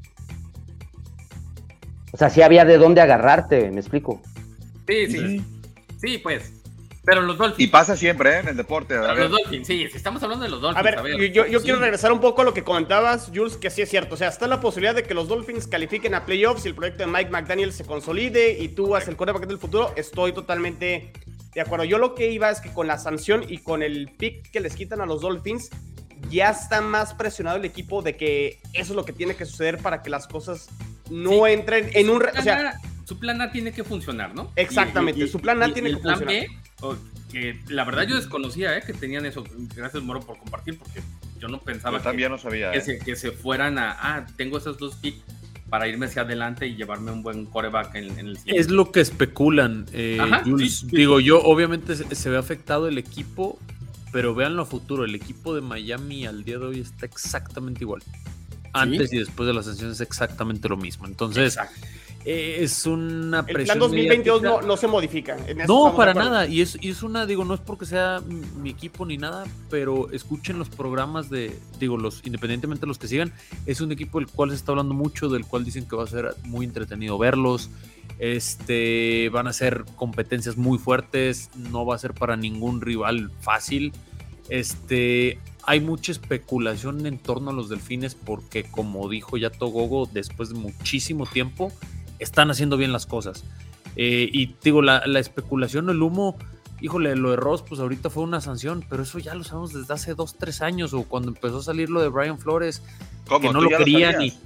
O sea, sí había de dónde agarrarte, ¿me explico? Sí, sí, sí, sí pues. Pero los Dolphins. Y pasa siempre, ¿eh? En el deporte. A ver. Los Dolphins, sí, si estamos hablando de los Dolphins. A ver, a ver yo, yo sí. quiero regresar un poco a lo que comentabas, Jules, que sí es cierto. O sea, está la posibilidad de que los Dolphins califiquen a playoffs y el proyecto de Mike McDaniel se consolide y tú haces el quarterback del futuro. Estoy totalmente de acuerdo. Yo lo que iba es que con la sanción y con el pick que les quitan a los Dolphins, ya está más presionado el equipo de que eso es lo que tiene que suceder para que las cosas no sí. entren en un... Plan o sea, A, su plan A tiene que funcionar, ¿no? Exactamente, y, y, su plan A y, tiene y que funcionar. El plan B, oh, que la verdad yo desconocía eh, que tenían eso. Gracias, Moro, por compartir, porque yo no pensaba yo también que, no sabía, que, eh. se, que se fueran a... Ah, tengo esos dos picks para irme hacia adelante y llevarme un buen quarterback en, en el siguiente. Es lo que especulan. Eh, Ajá, Jules, sí, digo, yo obviamente se, se ve afectado el equipo, pero veanlo a futuro. El equipo de Miami al día de hoy está exactamente igual. Antes ¿Sí? y después de las sanciones es exactamente lo mismo. Entonces, eh, es una presión. El plan dos mil veintidós no, no se modifica. En eso no, para nada. Y es, y es una, digo, no es porque sea mi equipo ni nada, pero escuchen los programas de, digo, los independientemente de los que sigan, es un equipo del cual se está hablando mucho, del cual dicen que va a ser muy entretenido verlos. Este, van a ser competencias muy fuertes, no va a ser para ningún rival fácil. Este, hay mucha especulación en torno a los Delfines porque, como dijo ya Togogo, después de muchísimo tiempo están haciendo bien las cosas. Eh, y digo, la, la especulación, el humo, híjole, lo de Ross, pues ahorita fue una sanción, pero eso ya lo sabemos desde hace dos, tres años, o cuando empezó a salir lo de Brian Flores, ¿Cómo? que no lo querían. Y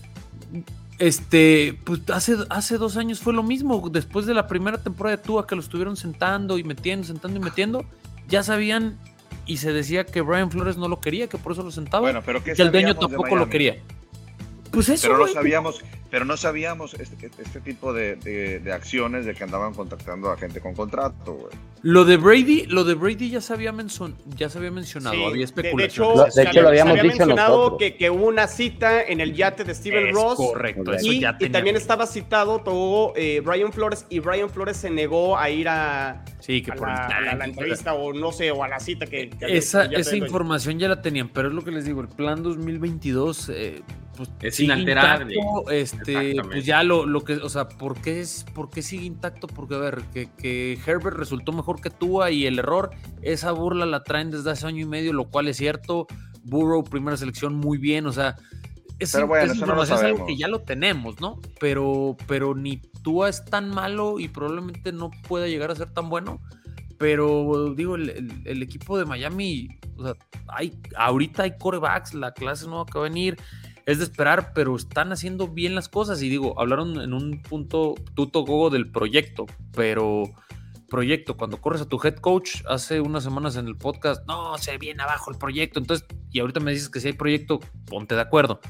este, pues hace, hace dos años fue lo mismo, después de la primera temporada de Tua, que lo estuvieron sentando y metiendo, sentando y metiendo, ya sabían y se decía que Brian Flores no lo quería, que por eso lo sentaba, bueno, pero ¿qué y que el dueño sabíamos de tampoco lo Miami? quería. Pues eso, Pero no güey. sabíamos, pero no sabíamos este, este tipo de, de, de acciones de que andaban contactando a gente con contrato, güey. Lo de Brady, lo de Brady ya se había, menson, ya se había mencionado, Sí, había de, especulaciones. de hecho, de hecho lo habíamos se había dicho mencionado nosotros. que, que hubo una cita en el yate de Steven Es Ross. correcto, eso Y, ya y tenía también que- estaba citado todo eh, Brian Flores, y Brian Flores se negó a ir a, Sí, que a por la, el a la- a la tanque, entrevista o no sé, o a la cita que... que Esa, había- esa información ya la tenían, pero es lo que les digo, el plan dos mil veintidós eh, pues, Es sigue inalterable. intacto, este, Exactamente. pues ya lo, lo que, o sea, ¿por qué, es, ¿por qué sigue intacto? Porque, a ver, que, que Herbert resultó mejor que Tua y el error, esa burla la traen desde hace año y medio, lo cual es cierto. Burrow, primera selección, muy bien, o sea, es, Pero bueno, es eso no lo información, es algo sabemos. que ya lo tenemos, ¿no? Pero, pero ni Tua es tan malo y probablemente no pueda llegar a ser tan bueno. Pero digo, el, el, el equipo de Miami, o sea, hay, ahorita hay quarterbacks, la clase nueva que va a venir, es de esperar, pero están haciendo bien las cosas. Y digo, hablaron en un punto, Tuto Gogo, del proyecto, pero proyecto, cuando corres a tu head coach hace unas semanas en el podcast, no, se viene abajo el proyecto, entonces, y ahorita me dices que si hay proyecto, ponte de acuerdo.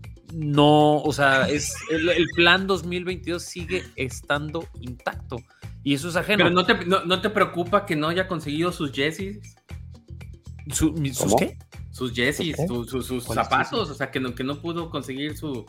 No, o sea, es el, el plan dos mil veintidós sigue estando intacto. Y eso es ajeno. Pero no te, no, no te preocupa que no haya conseguido sus jerseys, Su- mi- ¿Sus ¿Cómo? qué? sus jerseys, ¿Qué? su- su- sus ¿Cuáles zapatos, o sea, que no, que no pudo conseguir su,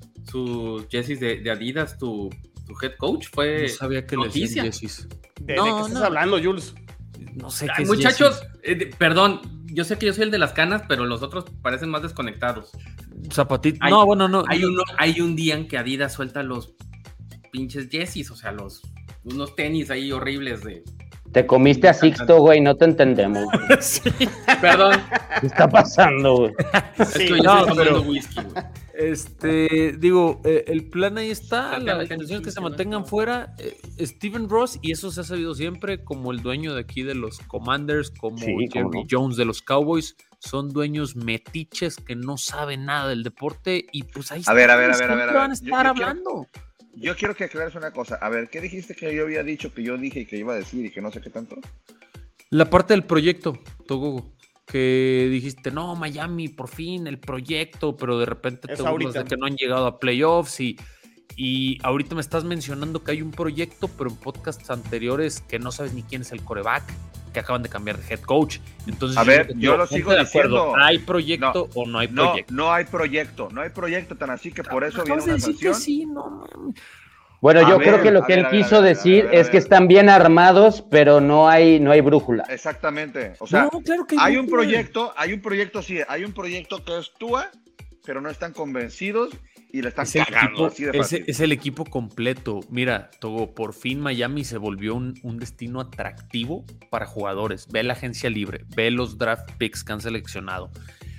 sus jerseys de, de Adidas, tu, tu head coach, fue No sabía que le noticia. decían Yeezys. ¿De, No, de qué estás no. hablando, Jules? No sé qué Ay, es muchachos, Yeezys. eh, de- perdón, yo sé que yo soy el de las canas, pero los otros parecen más desconectados. Zapatito. Hay- No, bueno, no. Hay, no. uno, hay un día en que Adidas suelta los pinches jerseys, o sea, los unos tenis ahí horribles de... Te comiste a Sixto, güey, no te entendemos. güey. Sí. Perdón, ¿Qué está pasando, güey? es Sí, que yo no, estoy tomando pero- whisky, güey. Este, digo, eh, el plan ahí está, Saca la la intención es que se canción, mantengan ¿no? fuera. Eh, Steven Ross, y eso se ha sabido siempre, como el dueño de aquí de los Commanders, como Sí, cómo Jerry no. Jones de los Cowboys, son dueños metiches que no saben nada del deporte y pues ahí A ver, a ver, a están, ver, a ver, a siempre ver. van a Yo- estar yo quiero- hablando. Yo quiero que aclares una cosa. A ver, ¿qué dijiste que yo había dicho, que yo dije y que iba a decir y que no sé qué tanto? La parte del proyecto, Togogo, que dijiste, no, Miami, por fin, el proyecto, pero de repente Es te burlas ahorita. de que no han llegado a playoffs y, y ahorita me estás mencionando que hay un proyecto, pero en podcasts anteriores que no sabes ni quién es el coreback, que acaban de cambiar de head coach. Entonces, a yo ver, digo, yo lo sigo de acuerdo, diciendo. ¿hay proyecto no, o no hay no, proyecto? No hay proyecto, no hay proyecto tan así que por eso Acabas viene de una decir que sanción. sí, no. Bueno, A yo ver, creo que lo a que ver, él a ver, quiso a ver, decir a ver, a ver, es que a ver. están bien armados, pero no hay, no hay brújula. Exactamente. O sea, No, claro que hay no, un güey. proyecto, hay un proyecto, sí, hay un proyecto que es Tua, pero no están convencidos y le están Es el, cagando equipo, así de es, fácil. es el equipo completo. Mira, Togo, por fin Miami se volvió un, un destino atractivo para jugadores. Ve la agencia libre, ve los draft picks que han seleccionado,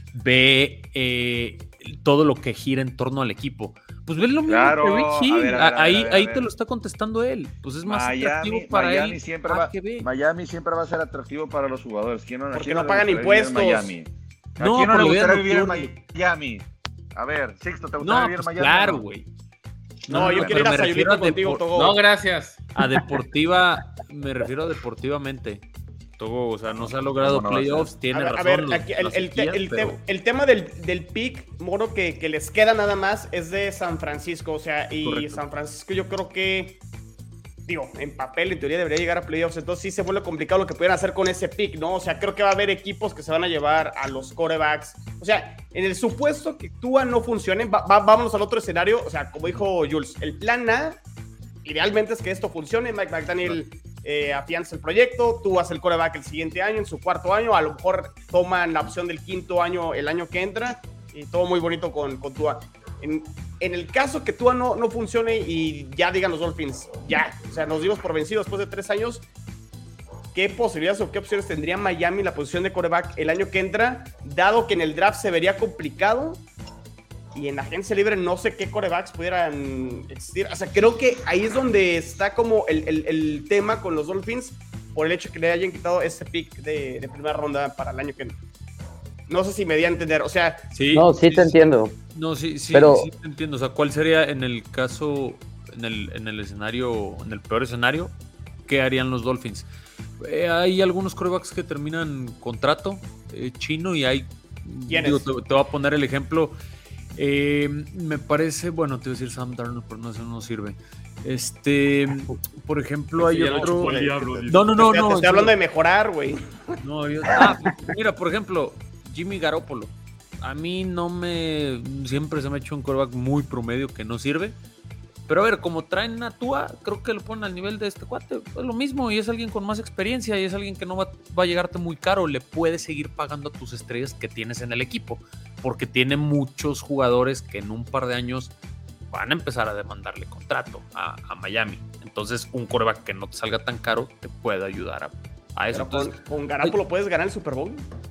ve eh, todo lo que gira en torno al equipo. Pues ve lo mismo Claro, que Rich Hill. a ver, a ver, a ver, ahí a ver, a ahí ver. te lo está contestando él. Pues es más Miami, atractivo para Miami él. siempre Ah, va, que ve. Miami siempre va a ser atractivo para los jugadores. ¿Quién no, Porque quién no le pagan gustaría vivir en impuestos. Miami? ¿A No, quién no por le la vida gustaría vivir en nocturna. Miami? A ver, Sixto, ¿te gustaría No, vivir en pues Miami? claro, o no? güey. No, yo quiero ir pero a me refiero Sayulito a contigo, depor- Togo. No, gracias. A deportiva, me refiero a deportivamente. Togo, o sea, no se ha logrado ¿Cómo no va a ser? playoffs, tiene A ver, razón. a ver, los- aquí el, las el te- sequías, el te- pero- el tema del, del pick, Moro, que, que les queda nada más es de San Francisco. O sea, y Correcto. San Francisco yo creo que, digo, en papel, en teoría debería llegar a playoffs. Entonces sí se vuelve complicado lo que pudieran hacer con ese pick, ¿no? O sea, creo que va a haber equipos que se van a llevar a los quarterbacks. O sea, en el supuesto que Tua no funcione, va- va- vámonos al otro escenario. O sea, como dijo Jules, el plan A, idealmente es que esto funcione. Mike McDaniel eh, afianza el proyecto, tú haces el quarterback el siguiente año, en su cuarto año, a lo mejor toman la opción del quinto año el año que entra, y todo muy bonito con, con Tua. En, en el caso que Tua no, no funcione y ya digan los Dolphins, ya, o sea, nos dimos por vencidos después de tres años, ¿qué posibilidades o qué opciones tendría Miami en la posición de quarterback el año que entra, dado que en el draft se vería complicado? Y en la agencia libre no sé qué quarterbacks pudieran existir. O sea, creo que ahí es donde está como el, el, el tema con los Dolphins por el hecho que le hayan quitado ese pick de, de primera ronda para el año que entra. No sé si me di a entender. O sea, Sí, No, sí te entiendo. No, sí, sí, Pero- sí te entiendo. O sea, ¿cuál sería en el caso, en el, en el escenario, en el peor escenario, qué harían los Dolphins? Eh, hay algunos quarterbacks que terminan contrato eh, chino y hay. ¿Quiénes? Digo, te, te voy a poner el ejemplo. Eh, me parece, bueno, te voy a decir Sam Darnold, pero no, eso no sirve. Este, por ejemplo, hay Sí, ya lo otro. chupó el diablo, dice. No, no, no, te, te no. estoy hablando de mejorar, güey. No, yo- ah, mira, por ejemplo, Jimmy Garoppolo. A mí no me. Siempre se me ha hecho un quarterback muy promedio que no sirve. Pero a ver, como traen a Tua, creo que lo ponen al nivel de este cuate. Es lo mismo y es alguien con más experiencia y es alguien que no va, va a llegarte muy caro. Le puedes seguir pagando a tus estrellas que tienes en el equipo. Porque tiene muchos jugadores que en un par de años van a empezar a demandarle contrato a, a Miami. Entonces, un quarterback que no te salga tan caro te puede ayudar a, a eso. Pero con, Entonces, con Garoppolo puedes ganar el Super Bowl.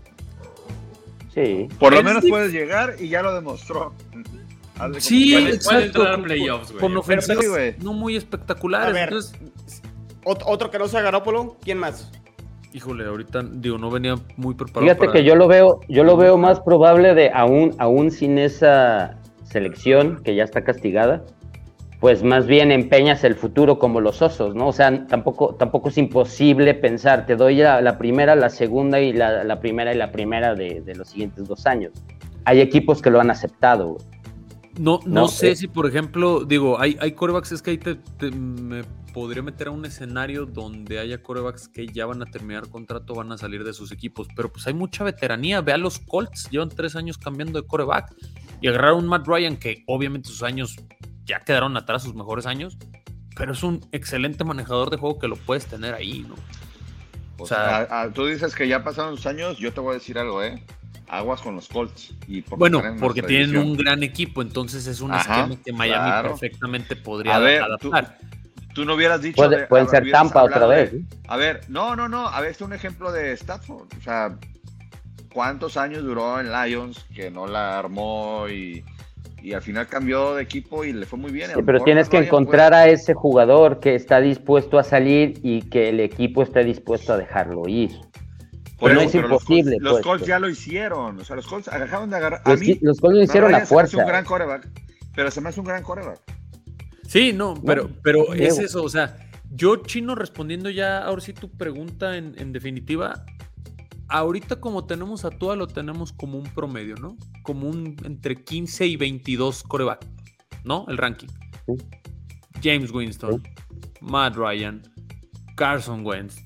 Sí. Por lo Él menos sí- puedes llegar y ya lo demostró. Hazle sí, como- Puede- puede exacto. entrar a con- playoffs, güey. Con Pero ofensivas sí, güey. no muy A espectaculares. ver, Entonces, ot- otro que no sea Garoppolo, ¿quién más? híjole, ahorita digo, no venía muy preparado. Fíjate para- que yo lo veo, yo lo veo más probable de aún, aún sin esa selección que ya está castigada, pues más bien empeñas el futuro como los osos, ¿no? O sea, tampoco, tampoco es imposible pensar, te doy la, la primera, la segunda y la, la primera y la primera de, de los siguientes dos años. Hay equipos que lo han aceptado, güey. No, no, No, sé eh. si, por ejemplo, digo, hay, hay corebacks, es que ahí te, te- me podría meter a un escenario donde haya corebacks que ya van a terminar contrato, van a salir de sus equipos, pero pues hay mucha veteranía. Ve a los Colts, llevan tres años cambiando de coreback y agarrar a un Matt Ryan que obviamente sus años ya quedaron atrás, sus mejores años, pero es un excelente manejador de juego que lo puedes tener ahí, ¿no? O sea, A- a- tú dices que ya pasaron los años, yo te voy a decir algo, ¿eh? Aguas con los Colts. Y porque bueno, están en porque nuestra tienen división. un gran equipo, entonces es un Ajá, esquema que Miami claro. perfectamente podría A ver, tú, adaptar. tú no hubieras dicho... Puede- de- pueden a- ser hubieras Tampa otra hablado de- vez, ¿eh? A ver, no, no, no. A ver, este es un ejemplo de Stafford. O sea, ¿cuántos años duró en Lions que no la armó y, y al final cambió de equipo y le fue muy bien? Sí, pero tienes que encontrar a ese jugador que está dispuesto a salir y que el equipo esté dispuesto a dejarlo ir. Por no eso, es pero imposible, Los Colts, los pues, Colts pues. ya lo hicieron. O sea, los Colts acaban de agarrar. Los, a mí, los Colts lo hicieron Matt a Ryan se me hace fuerza. un gran quarterback, pero se me hace un gran quarterback. Sí, no, pero, pero no, es Diego. eso, o sea, yo, Chino, respondiendo ya ahora sí tu pregunta en, en definitiva, ahorita como tenemos a Tua, lo tenemos como un promedio, ¿no? Como un entre quince y veintidós coreback, ¿no? El ranking. Sí. James Winston, Matt Ryan, Carson Wentz,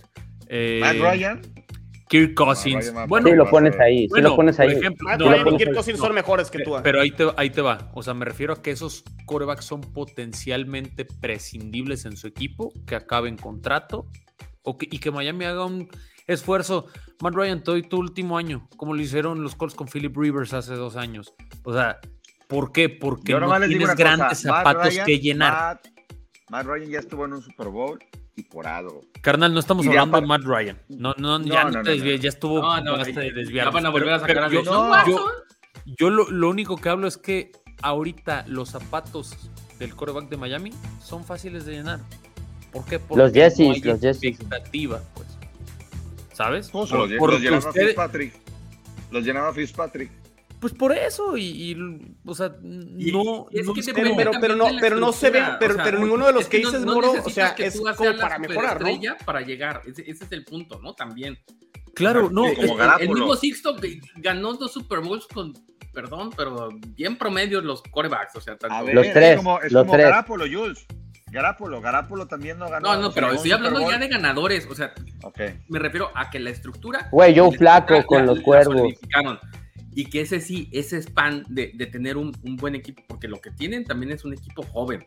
Eh, Matt Ryan. Kirk Cousins. Matt Bueno, Sí, lo pones ahí, sí bueno, lo pones por ahí. ejemplo, Matt no, Ryan no, y Kirk no, Cousins no. son mejores que tú. Pero ahí te, ahí te va. O sea, me refiero a que esos quarterbacks son potencialmente prescindibles en su equipo, que acaben contrato o que, y que Miami haga un esfuerzo. Matt Ryan, todo tu último año, como lo hicieron los Colts con Philip Rivers hace dos años. O sea, ¿por qué? Porque Yo no nomás les digo tienes una cosa, grandes Matt zapatos Ryan- que llenar. Matt, Matt Ryan ya estuvo en un Super Bowl y por algo. Carnal, no estamos Y de hablando de aparte- Matt Ryan. No, no, No, ya no, no, te no, desvíes, no. ya estuvo No, no, basta de ya desviarnos. van a volver Pero- a sacar pero a yo, Deshaun no, Watson. yo, yo lo, lo único que hablo es que ahorita los zapatos del quarterback de Miami son fáciles de llenar. ¿Por qué? Porque Los Jessies, no hay los Jessies. expectativa, pues. ¿Sabes? ¿Cómo se Por- los, porque los llenaba ustedes- Fitzpatrick? Los llenaba Fitzpatrick. Pues por eso, y, y, o sea, Y- no, y es no que es te como- Pero, pero, pero no, también de la pero no se ve, estructura, pero, o sea, pero ninguno de los es que no- dices, no Moro, o necesitas sea, que es tú seas como la para mejorar, ¿no? superestrella para llegar. Ese, ese es el punto, ¿no? También. Claro, no, Sí, es- como el, Garoppolo. el mismo Sixto que ganó dos Super Bowls con, perdón, pero bien promedio los quarterbacks. O sea, tanto- A ver, Los es tres, como, es los como tres. Garapolo, Jules. Garapolo, Garapolo también no ganó. no, no, o sea, pero ganó estoy un hablando Super ya Bowl. de ganadores. O sea, Ok. me refiero a que la estructura. Güey, Joe la Flacco estructura con la- los la Cuervos. solidificaron. Y que ese sí, ese es pan de, de tener un, un buen equipo, porque lo que tienen también es un equipo joven.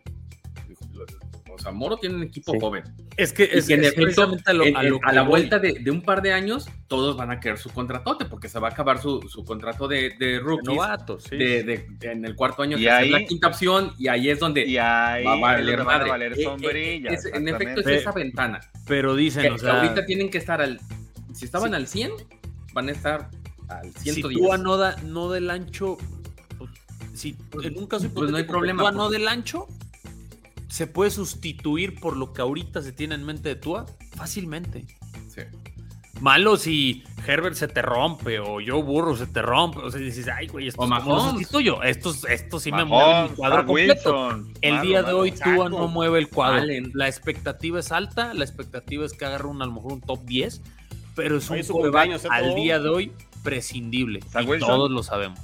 O sea, Moro tiene un equipo Sí. joven. es que, Y es, que en es efecto, precisamente a, lo- en- a en- lo a que la voy. vuelta de, de un par de años, todos van a querer su contratote, porque se va a acabar su, su contrato de, de rookies. Novatos, sí. de, de- de- en el cuarto año, Y que es ahí- la quinta opción, y ahí es donde Y ahí va a es valer donde van a madre. valer Eh, eh, sombrillas. es- en efecto, es exactamente. esa ventana. Pero dicen, Que, o que sea, ahorita tienen que estar al. Si estaban Sí. al cien, van a estar al si ciento diez. Tua no, da, no del ancho, pues, si en un caso Pues no hay hipotético, problema, Tua no porque- del ancho, se puede sustituir por lo que ahorita se tiene en mente de Tua fácilmente. Sí. Malo si Herbert se te rompe o Joe Burrow se te rompe, o sea, dices, ay, güey, esto O es como lo Mahomes. sustituyo, estos, estos sí me mueven Mahomes, el cuadro Zach completo. Wilson. El Malo, día de malo. hoy Exacto. Tua no mueve el cuadro. Allen. La expectativa es alta, la expectativa es que agarre un, a lo mejor un top diez, pero es Oye, un su quarterback cumpleaños, ¿eh? al Todo. día de hoy prescindible. Zach Y Wilson. todos lo sabemos.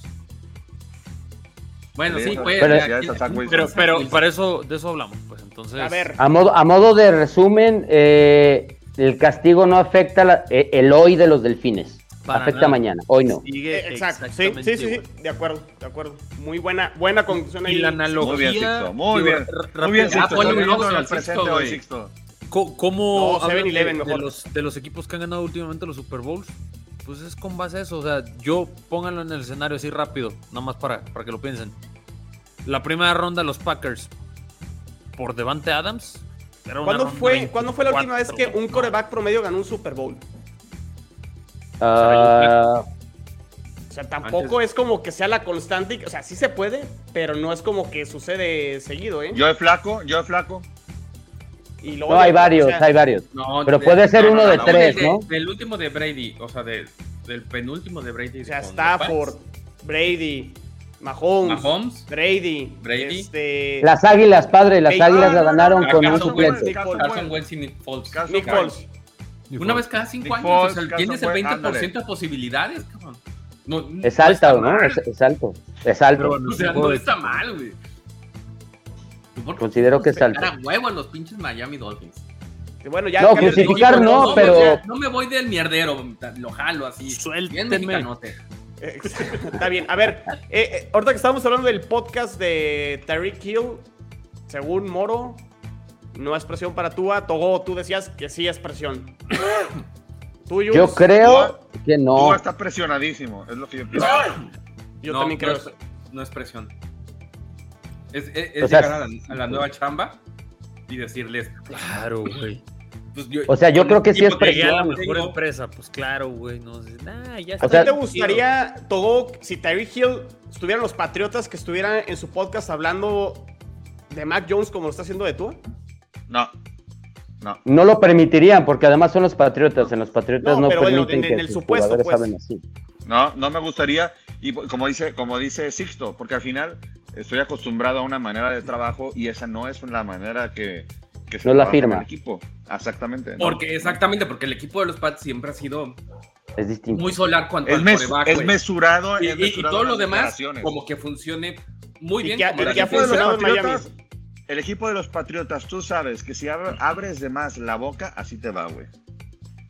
Bueno, sí, Sí, pues. pero- aquí- Felicidades a Zach aquí- Wilson. Pero, Zach pero Wilson. para eso, de eso hablamos, pues entonces. A ver, A modo, a modo de resumen, eh, el castigo no afecta la- eh, el hoy de los Delfines. Para Afecta nada. mañana, hoy no. Sigue eh, exacto, sí, exactamente sí, sí, sí, igual. de acuerdo, de acuerdo. Muy buena, buena conclusión ahí. Y la analogía. Muy bien, Sixto. Muy digo, bien. r- Muy bien, rápido, Ah, Sixto. ponle Estás un viviendo ojo en al el presente Sixto, hoy, güey. Sixto. Co- ¿Cómo No, hablan seven de, eleven de mejor. los, de los equipos que han ganado últimamente los Super Bowls? Pues es con base a eso. O sea, yo pónganlo en el escenario así rápido, nada más para, para que lo piensen. La primera ronda, los Packers, por Devante Adams. Era una ¿Cuándo ronda fue, ¿Cuándo fue la última vez veinticuatro, que un coreback promedio ganó un Super Bowl? Ah, O sea, tampoco es como que sea la constante. O sea, sí se puede, pero no es como que sucede seguido, ¿eh? Yo de flaco, yo de flaco. Y luego no, de- hay varios, o sea, hay varios. No, Pero de- puede ser no, uno no, de no, tres, de- ¿no? Del último de Brady, o sea, de- del penúltimo de Brady. O sea, con Stafford, los Pats. Brady, Mahomes, Mahomes, Brady, Brady. este, Las águilas, padre, las Ey, águilas ah, la no, ganaron no, con un Carson suplente. Wentz, Carson Carson Wentz y Nick Foles. Carson Nick Wentz. Foles. Una vez cada cinco Nick años, Foles, o sea, Carson tienes el Wentz, veinte por ciento ándale. de posibilidades, cabrón. No, no- Es no alta, está ¿no? mal. Es, es alto. Es alto. Pero bueno, O sea, sí, no joder. está mal, güey. ¿Por qué Considero que es respetar alto. a huevo a los pinches Miami Dolphins? Que bueno, ya No, cambia- crucificar oye, no, no, pero- ya- No me voy del mierdero, lo jalo así. Suélteme. Bien mexicanote. eh, Está bien. A ver, eh, eh, ahorita que estamos hablando del podcast de Tyreek Hill, según Moro, no es presión para Tua. Togo, tú decías que sí es presión. ¿Tuyos? Yo creo que Tua no. está presionadísimo, es lo que yo pienso. Yo no, también no creo es, eso. no es presión. Es, es- es O sea, llegar a la, a la nueva chamba y decirles, Claro, güey. pues yo, O sea, yo con creo el que sí es equipo Llegué a la presión. mejor tengo, empresa, pues claro, güey. No sé. Nah, ya ¿A está. O sea, ti te gustaría, Togo, si Tyreek Hill estuvieran los Patriotas, que estuvieran en su podcast hablando de Mac Jones como lo está haciendo de Tua? No, no. No lo permitirían porque además son los Patriotas. En los Patriotas No, no, pero bueno, permiten en- en que el sus supuesto, jugadores pues. hablen así. No, no me gustaría, y como dice, como dice Sixto, porque al final estoy acostumbrado a una manera de trabajo y esa no es la manera que, que se No es la trabaja en firma. el equipo. Exactamente. ¿no? Porque, exactamente, porque el equipo de los Pats siempre ha sido Es distinto. muy solar cuanto es, al mes- coreback, es güey. mesurado. Y, es y- y mesurado todo en lo las demás, declaraciones. como que funcione muy Y bien. que ha- como el la que ha defensa. funcionado en Miami. Patriotas, el equipo de los Patriotas, tú sabes que si ab- abres de más la boca, así te va, güey.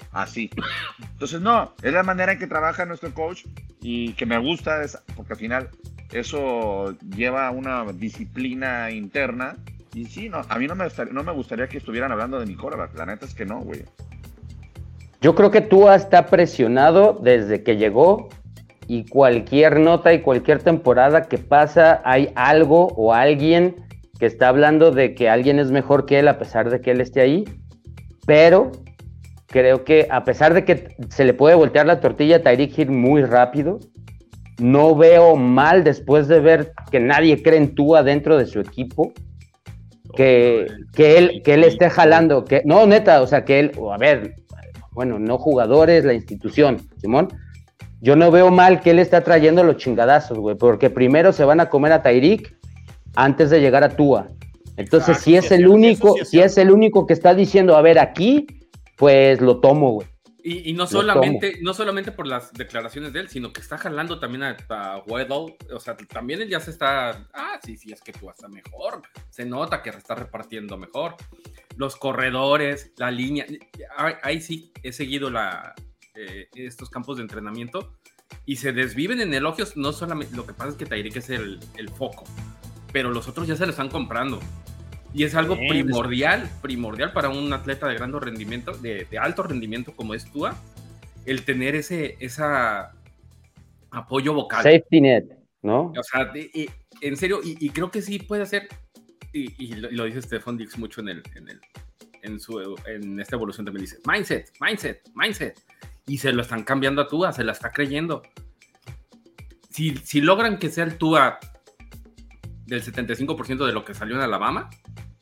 así. Entonces, no, es la manera en que trabaja nuestro coach y que me gusta, es, porque al final eso lleva una disciplina interna. Y sí, no, a mí no me, gustaría, no me gustaría que estuvieran hablando de mi quarterback. La neta es que no, güey. Yo creo que Tua está presionado desde que llegó y cualquier nota y cualquier temporada que pasa hay algo o alguien que está hablando de que alguien es mejor que él a pesar de que él esté ahí, pero creo que a pesar de que se le puede voltear la tortilla a Tyreek Hill muy rápido, no veo mal después de ver que nadie cree en Tua dentro de su equipo. Que, que, él, que él esté jalando, que no, neta, o sea, que él, a ver, bueno, no jugadores, la institución, Simón, yo no veo mal que él esté trayendo los chingadazos, güey, porque primero se van a comer a Tyreek antes de llegar a Tua. Entonces, exacto, si es el único, sí es si es el único que está diciendo, a ver, aquí, pues lo tomo, güey. Y, y no solamente no solamente por las declaraciones de él, sino que está jalando también a, a Weddle. O sea, también él ya se está... Ah, sí, sí, es que tú está mejor. Se nota que está repartiendo mejor. Los corredores, la línea... Ahí, ahí sí he seguido la, eh, estos campos de entrenamiento y se desviven en elogios. No solamente... Lo que pasa es que Tyreek es el, el foco, pero los otros ya se lo están comprando. Y es algo Bien, primordial, primordial para un atleta de gran rendimiento, de, de alto rendimiento como es Tua, el tener ese esa apoyo vocal. Safety net, ¿no? O sea, de, de, en serio, y, y creo que sí puede hacer, y, y lo, lo dice Stefan Diggs mucho en, el, en, el, en, su, en esta evolución también dice, mindset, mindset, mindset, y se lo están cambiando a Tua, se la está creyendo. Si, si logran que sea el Tua del setenta y cinco por ciento de lo que salió en Alabama,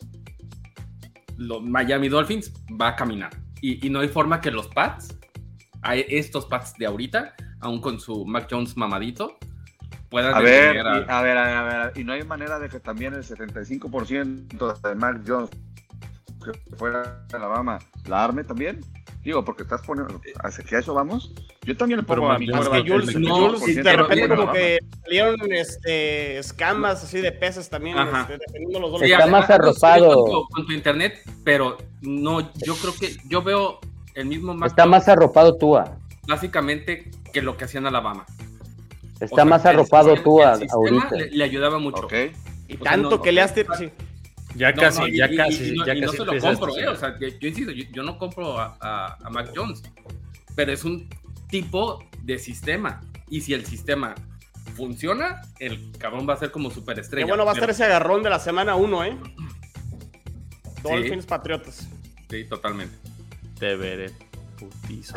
los Miami Dolphins va a caminar. Y, y no hay forma que los Pats, estos Pats de ahorita, aún con su Mac Jones mamadito, puedan... A ver, a... Y, a ver, a ver, a ver, y no hay manera de que también el setenta y cinco por ciento de Mac Jones que fuera de Alabama la arme también. Digo, porque estás poniendo... ¿Hacia que a eso vamos? Yo también le pongo a mi quarterback. Que Jules, no, si de repente como que salieron este, escamas así de peces también, este, defendiendo los dos. Sí, está más arropado. Con tu, con tu internet, pero no, yo creo que yo veo el mismo... Mac está más arropado Tua. Básicamente que lo que hacían Alabama. Está o sea, más arropado el, Tua el ahorita. Le, le ayudaba mucho. Okay. Y tanto no, que le has... Sí. Ya no, casi, no, y, ya y, casi, y, y, ya y casi. no se lo compro, eh, o sea, yo, yo insisto, yo, yo no compro a, a, a Mac Jones, pero es un tipo de sistema, y si el sistema funciona, el cabrón va a ser como superestrella. Qué bueno va a pero... estar ese agarrón de la semana uno, eh. Dolphins sí. Patriotas. Sí, totalmente. Te veré, putizo.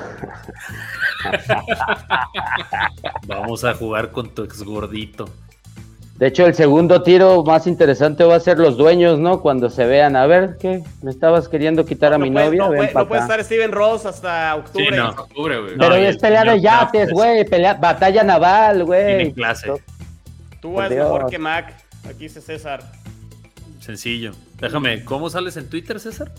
Vamos a jugar con tu ex gordito. De hecho, el segundo tiro más interesante va a ser los dueños, ¿no? Cuando se vean, a ver, ¿qué? ¿Me estabas queriendo quitar no, a mi no puede, novia? No, Ven puede, no puede estar Steven Ross hasta octubre. Sí, no. octubre, güey. Pero no, es pelea de yates, güey, pelea, batalla naval, güey. Tienen clase. Tú eres mejor que Mac, aquí dice César. Sencillo. Déjame, ¿cómo sales en Twitter, César?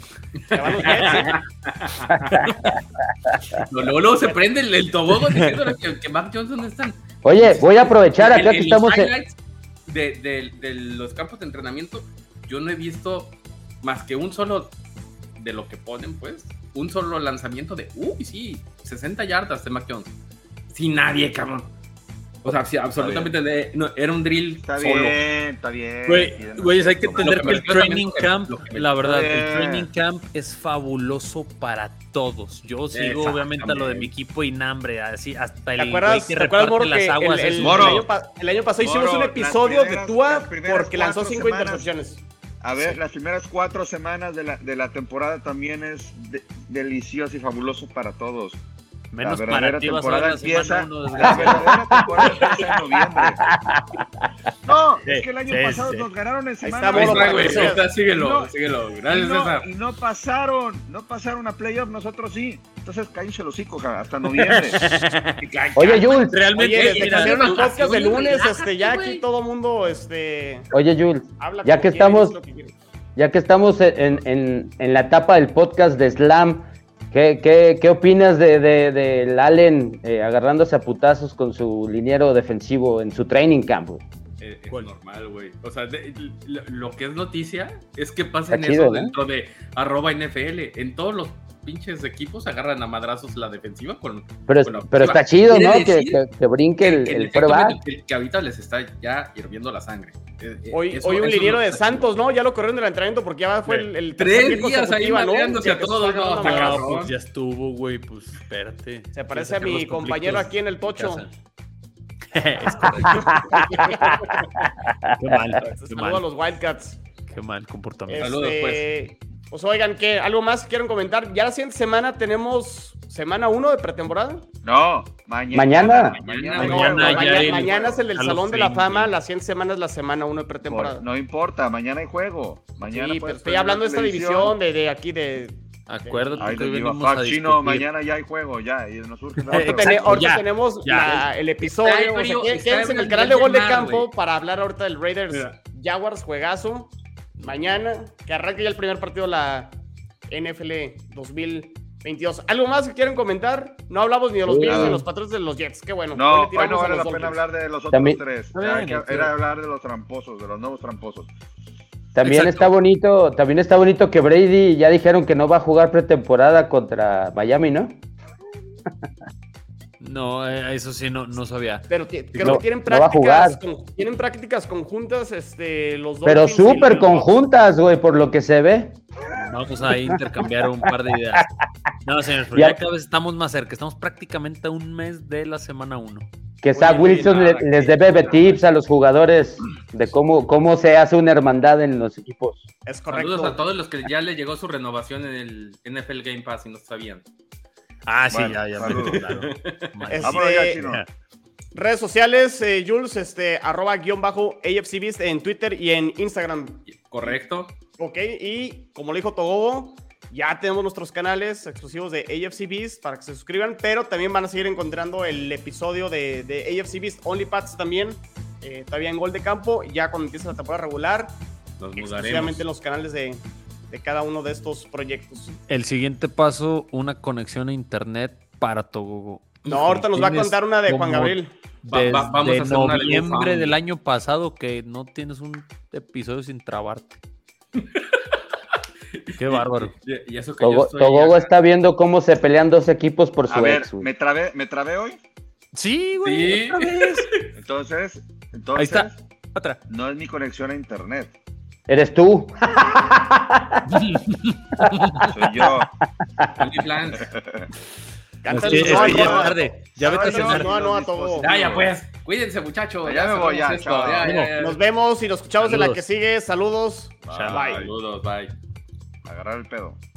no, luego, luego se prende el, el tobogán diciéndole que, que Mac Jones no están. Oye, voy a aprovechar acá en, que en estamos... En... De, de, de los campos de entrenamiento, yo no he visto más que un solo de lo que ponen, pues, un solo lanzamiento de, uy, sí, sesenta yardas de Mac Jones. Sin nadie, cabrón. O sea, sí, absolutamente de, no, era un drill está solo. Bien, está bien, güey. Güey, hay que entender que, que el training que, camp, que la verdad, bien. el training camp es fabuloso para todos. Yo sigo obviamente a lo de mi equipo y nambre, así hasta el güey que reparte las aguas. El, el, el, año, el año pasado Moro, hicimos un episodio primeras, de Tua porque lanzó cinco semanas, intercepciones. A ver, sí. Las primeras cuatro semanas de la, de la temporada también es de, delicioso y fabuloso para todos. Menos la verdadera para ti temporada vas a ver la empieza, uno, la verdadera temporada empieza en noviembre. No, sí, es que el año sí, pasado sí. nos ganaron en semana. Ahí está, güey. Ahí está, síguelo, no, síguelo. Gracias, y no, César. Y no pasaron, no pasaron a playoff, nosotros sí. Entonces cállense los hocico hasta noviembre. Oye, Jules, realmente Oye, desde que hicieron el podcast de lunes, este, ya aquí todo mundo, este. Oye, Jules, ya que estamos, que ya que estamos en, en, en la etapa del podcast de Slam. ¿Qué, qué, ¿Qué opinas de, de, de, de Allen eh, agarrándose a putazos con su liniero defensivo en su training camp? Es, es normal, güey. O sea, de, lo, lo que es noticia es que pasen chido, eso ¿no? dentro de arroba N F L. En todos los pinches equipos agarran a madrazos la defensiva con. Pero, con la pero ofensiva. está chido, Quiere ¿no? Que, decir que, que brinque el, que el efectivamente, quarterback. que, que ahorita les está ya hirviendo la sangre. Eh, eh, Hoy, eso- hoy un eso es liniero lo que de está Santos, ¿no? Ya lo corrieron del entrenamiento porque ya fue el, el Tres tercer día días ahí consecutiva, ¿no? madreándose Que- a que todos, está agarrando no, la no, casa. No, pues ya estuvo, güey, pues espérate. Se parece Ya a sacar mi los compañero conflictos aquí en el de Tocho. casa. Es correcto. Qué mal, qué Saludos a mal, los Wildcats. qué mal comportamiento. Saludos, Este, pues oigan, ¿qué? ¿Algo más quieren comentar? Ya la siguiente semana tenemos semana uno de pretemporada. No, mañana. Mañana. Mañana, No, Mañana no, ya mañana, el mañana es el del Hall of Salón de la Fame, Fama, güey. la siguiente semana es la semana uno de pretemporada. Por- no importa, mañana hay juego. Mañana Sí, pero puedes estoy prender hablando de la esta televisión. división, de, de aquí, de... Acuérdate Ay, que hoy les digo, venimos a fuck, discutir. chino, mañana ya hay juego, ya. Y nos surge Ahorita, Exacto, tene- ahorita ya, tenemos ya. la- el episodio. Está O sea, frío, qué- está quédense en el frío, canal de Gol de mar, Campo güey. para hablar ahorita del Raiders Mira. Jaguars, juegazo. Mañana, que arranque ya el primer partido de la N F L dos mil veintidós. ¿Algo más que quieren comentar? No hablamos ni de los Bills ni de los Patriots de los Jets. Qué bueno. No, le hoy tiramos no a vale los la pena Dolphins. hablar de los otros También- tres. bien, Hay que- sí. Era hablar de los tramposos, de los nuevos tramposos. También Exacto. está bonito, también está bonito que Brady ya dijeron que no va a jugar pretemporada contra Miami, ¿no? No, eh, eso sí, no, no sabía. Pero ti- creo No, que tienen no va a prácticas, jugar. con- tienen prácticas conjuntas este, los Pero Dolphins y súper los- conjuntas, güey, por lo que se ve. Vamos a intercambiar un par de ideas. No, señor, pero Ya- ya cada vez estamos más cerca. Estamos prácticamente a un mes de la semana uno. Que Zach Oye, Wilson nada, le- que- les debe tips a los jugadores de cómo, cómo se hace una hermandad en los equipos. Es Saludos a correcto. todos los que ya les llegó su renovación en el N F L Game Pass y no sabían. Ah, sí, Bueno, ya, ya. saludos. Claro. Mal. Es- Vámonos ya, Este, chino. Redes sociales, eh, Jules, este, arroba guión bajo A F C Beast en Twitter y en Instagram. ¿Correcto? Ok, y como lo dijo Togobo, ya tenemos nuestros canales exclusivos de A F C Beast para que se suscriban, pero también van a seguir encontrando el episodio de, de A F C Beast OnlyPads también, eh, todavía en Gol de Campo, ya cuando empiece la temporada regular, Nos exclusivamente mudaremos. en los canales de, de cada uno de estos proyectos. El siguiente paso, una conexión a internet para Togogo. No, ahorita nos va a Tienes contar una de Juan como Gabriel. Va- Desde va- vamos a hacer una de noviembre GoFundMe. del año pasado que no tienes un episodio sin trabarte. Qué bárbaro. Y, y eso que yo Togo, estoy Togogo acá. está viendo cómo se pelean dos equipos por su A ver, ex, güey. ¿me trabé, ¿me trabé hoy? Sí, güey. Sí. Otra vez. Entonces, Ahí entonces está. Otra. no es mi conexión a internet. Eres tú. Soy yo. OnlyFans. Cántale, Es que- no, es que ya no, es tarde. Ya no, vete a no, cenar. no, no, a Togo. Ya, ya, pues. Cuídense, muchachos. Ya me voy, ya, cerramos esto. chao. Ya, ya, ya. Nos vemos y nos escuchamos en la Saludos. que sigue. Saludos. Bye. Bye. Saludos, bye. Agarrar el pedo.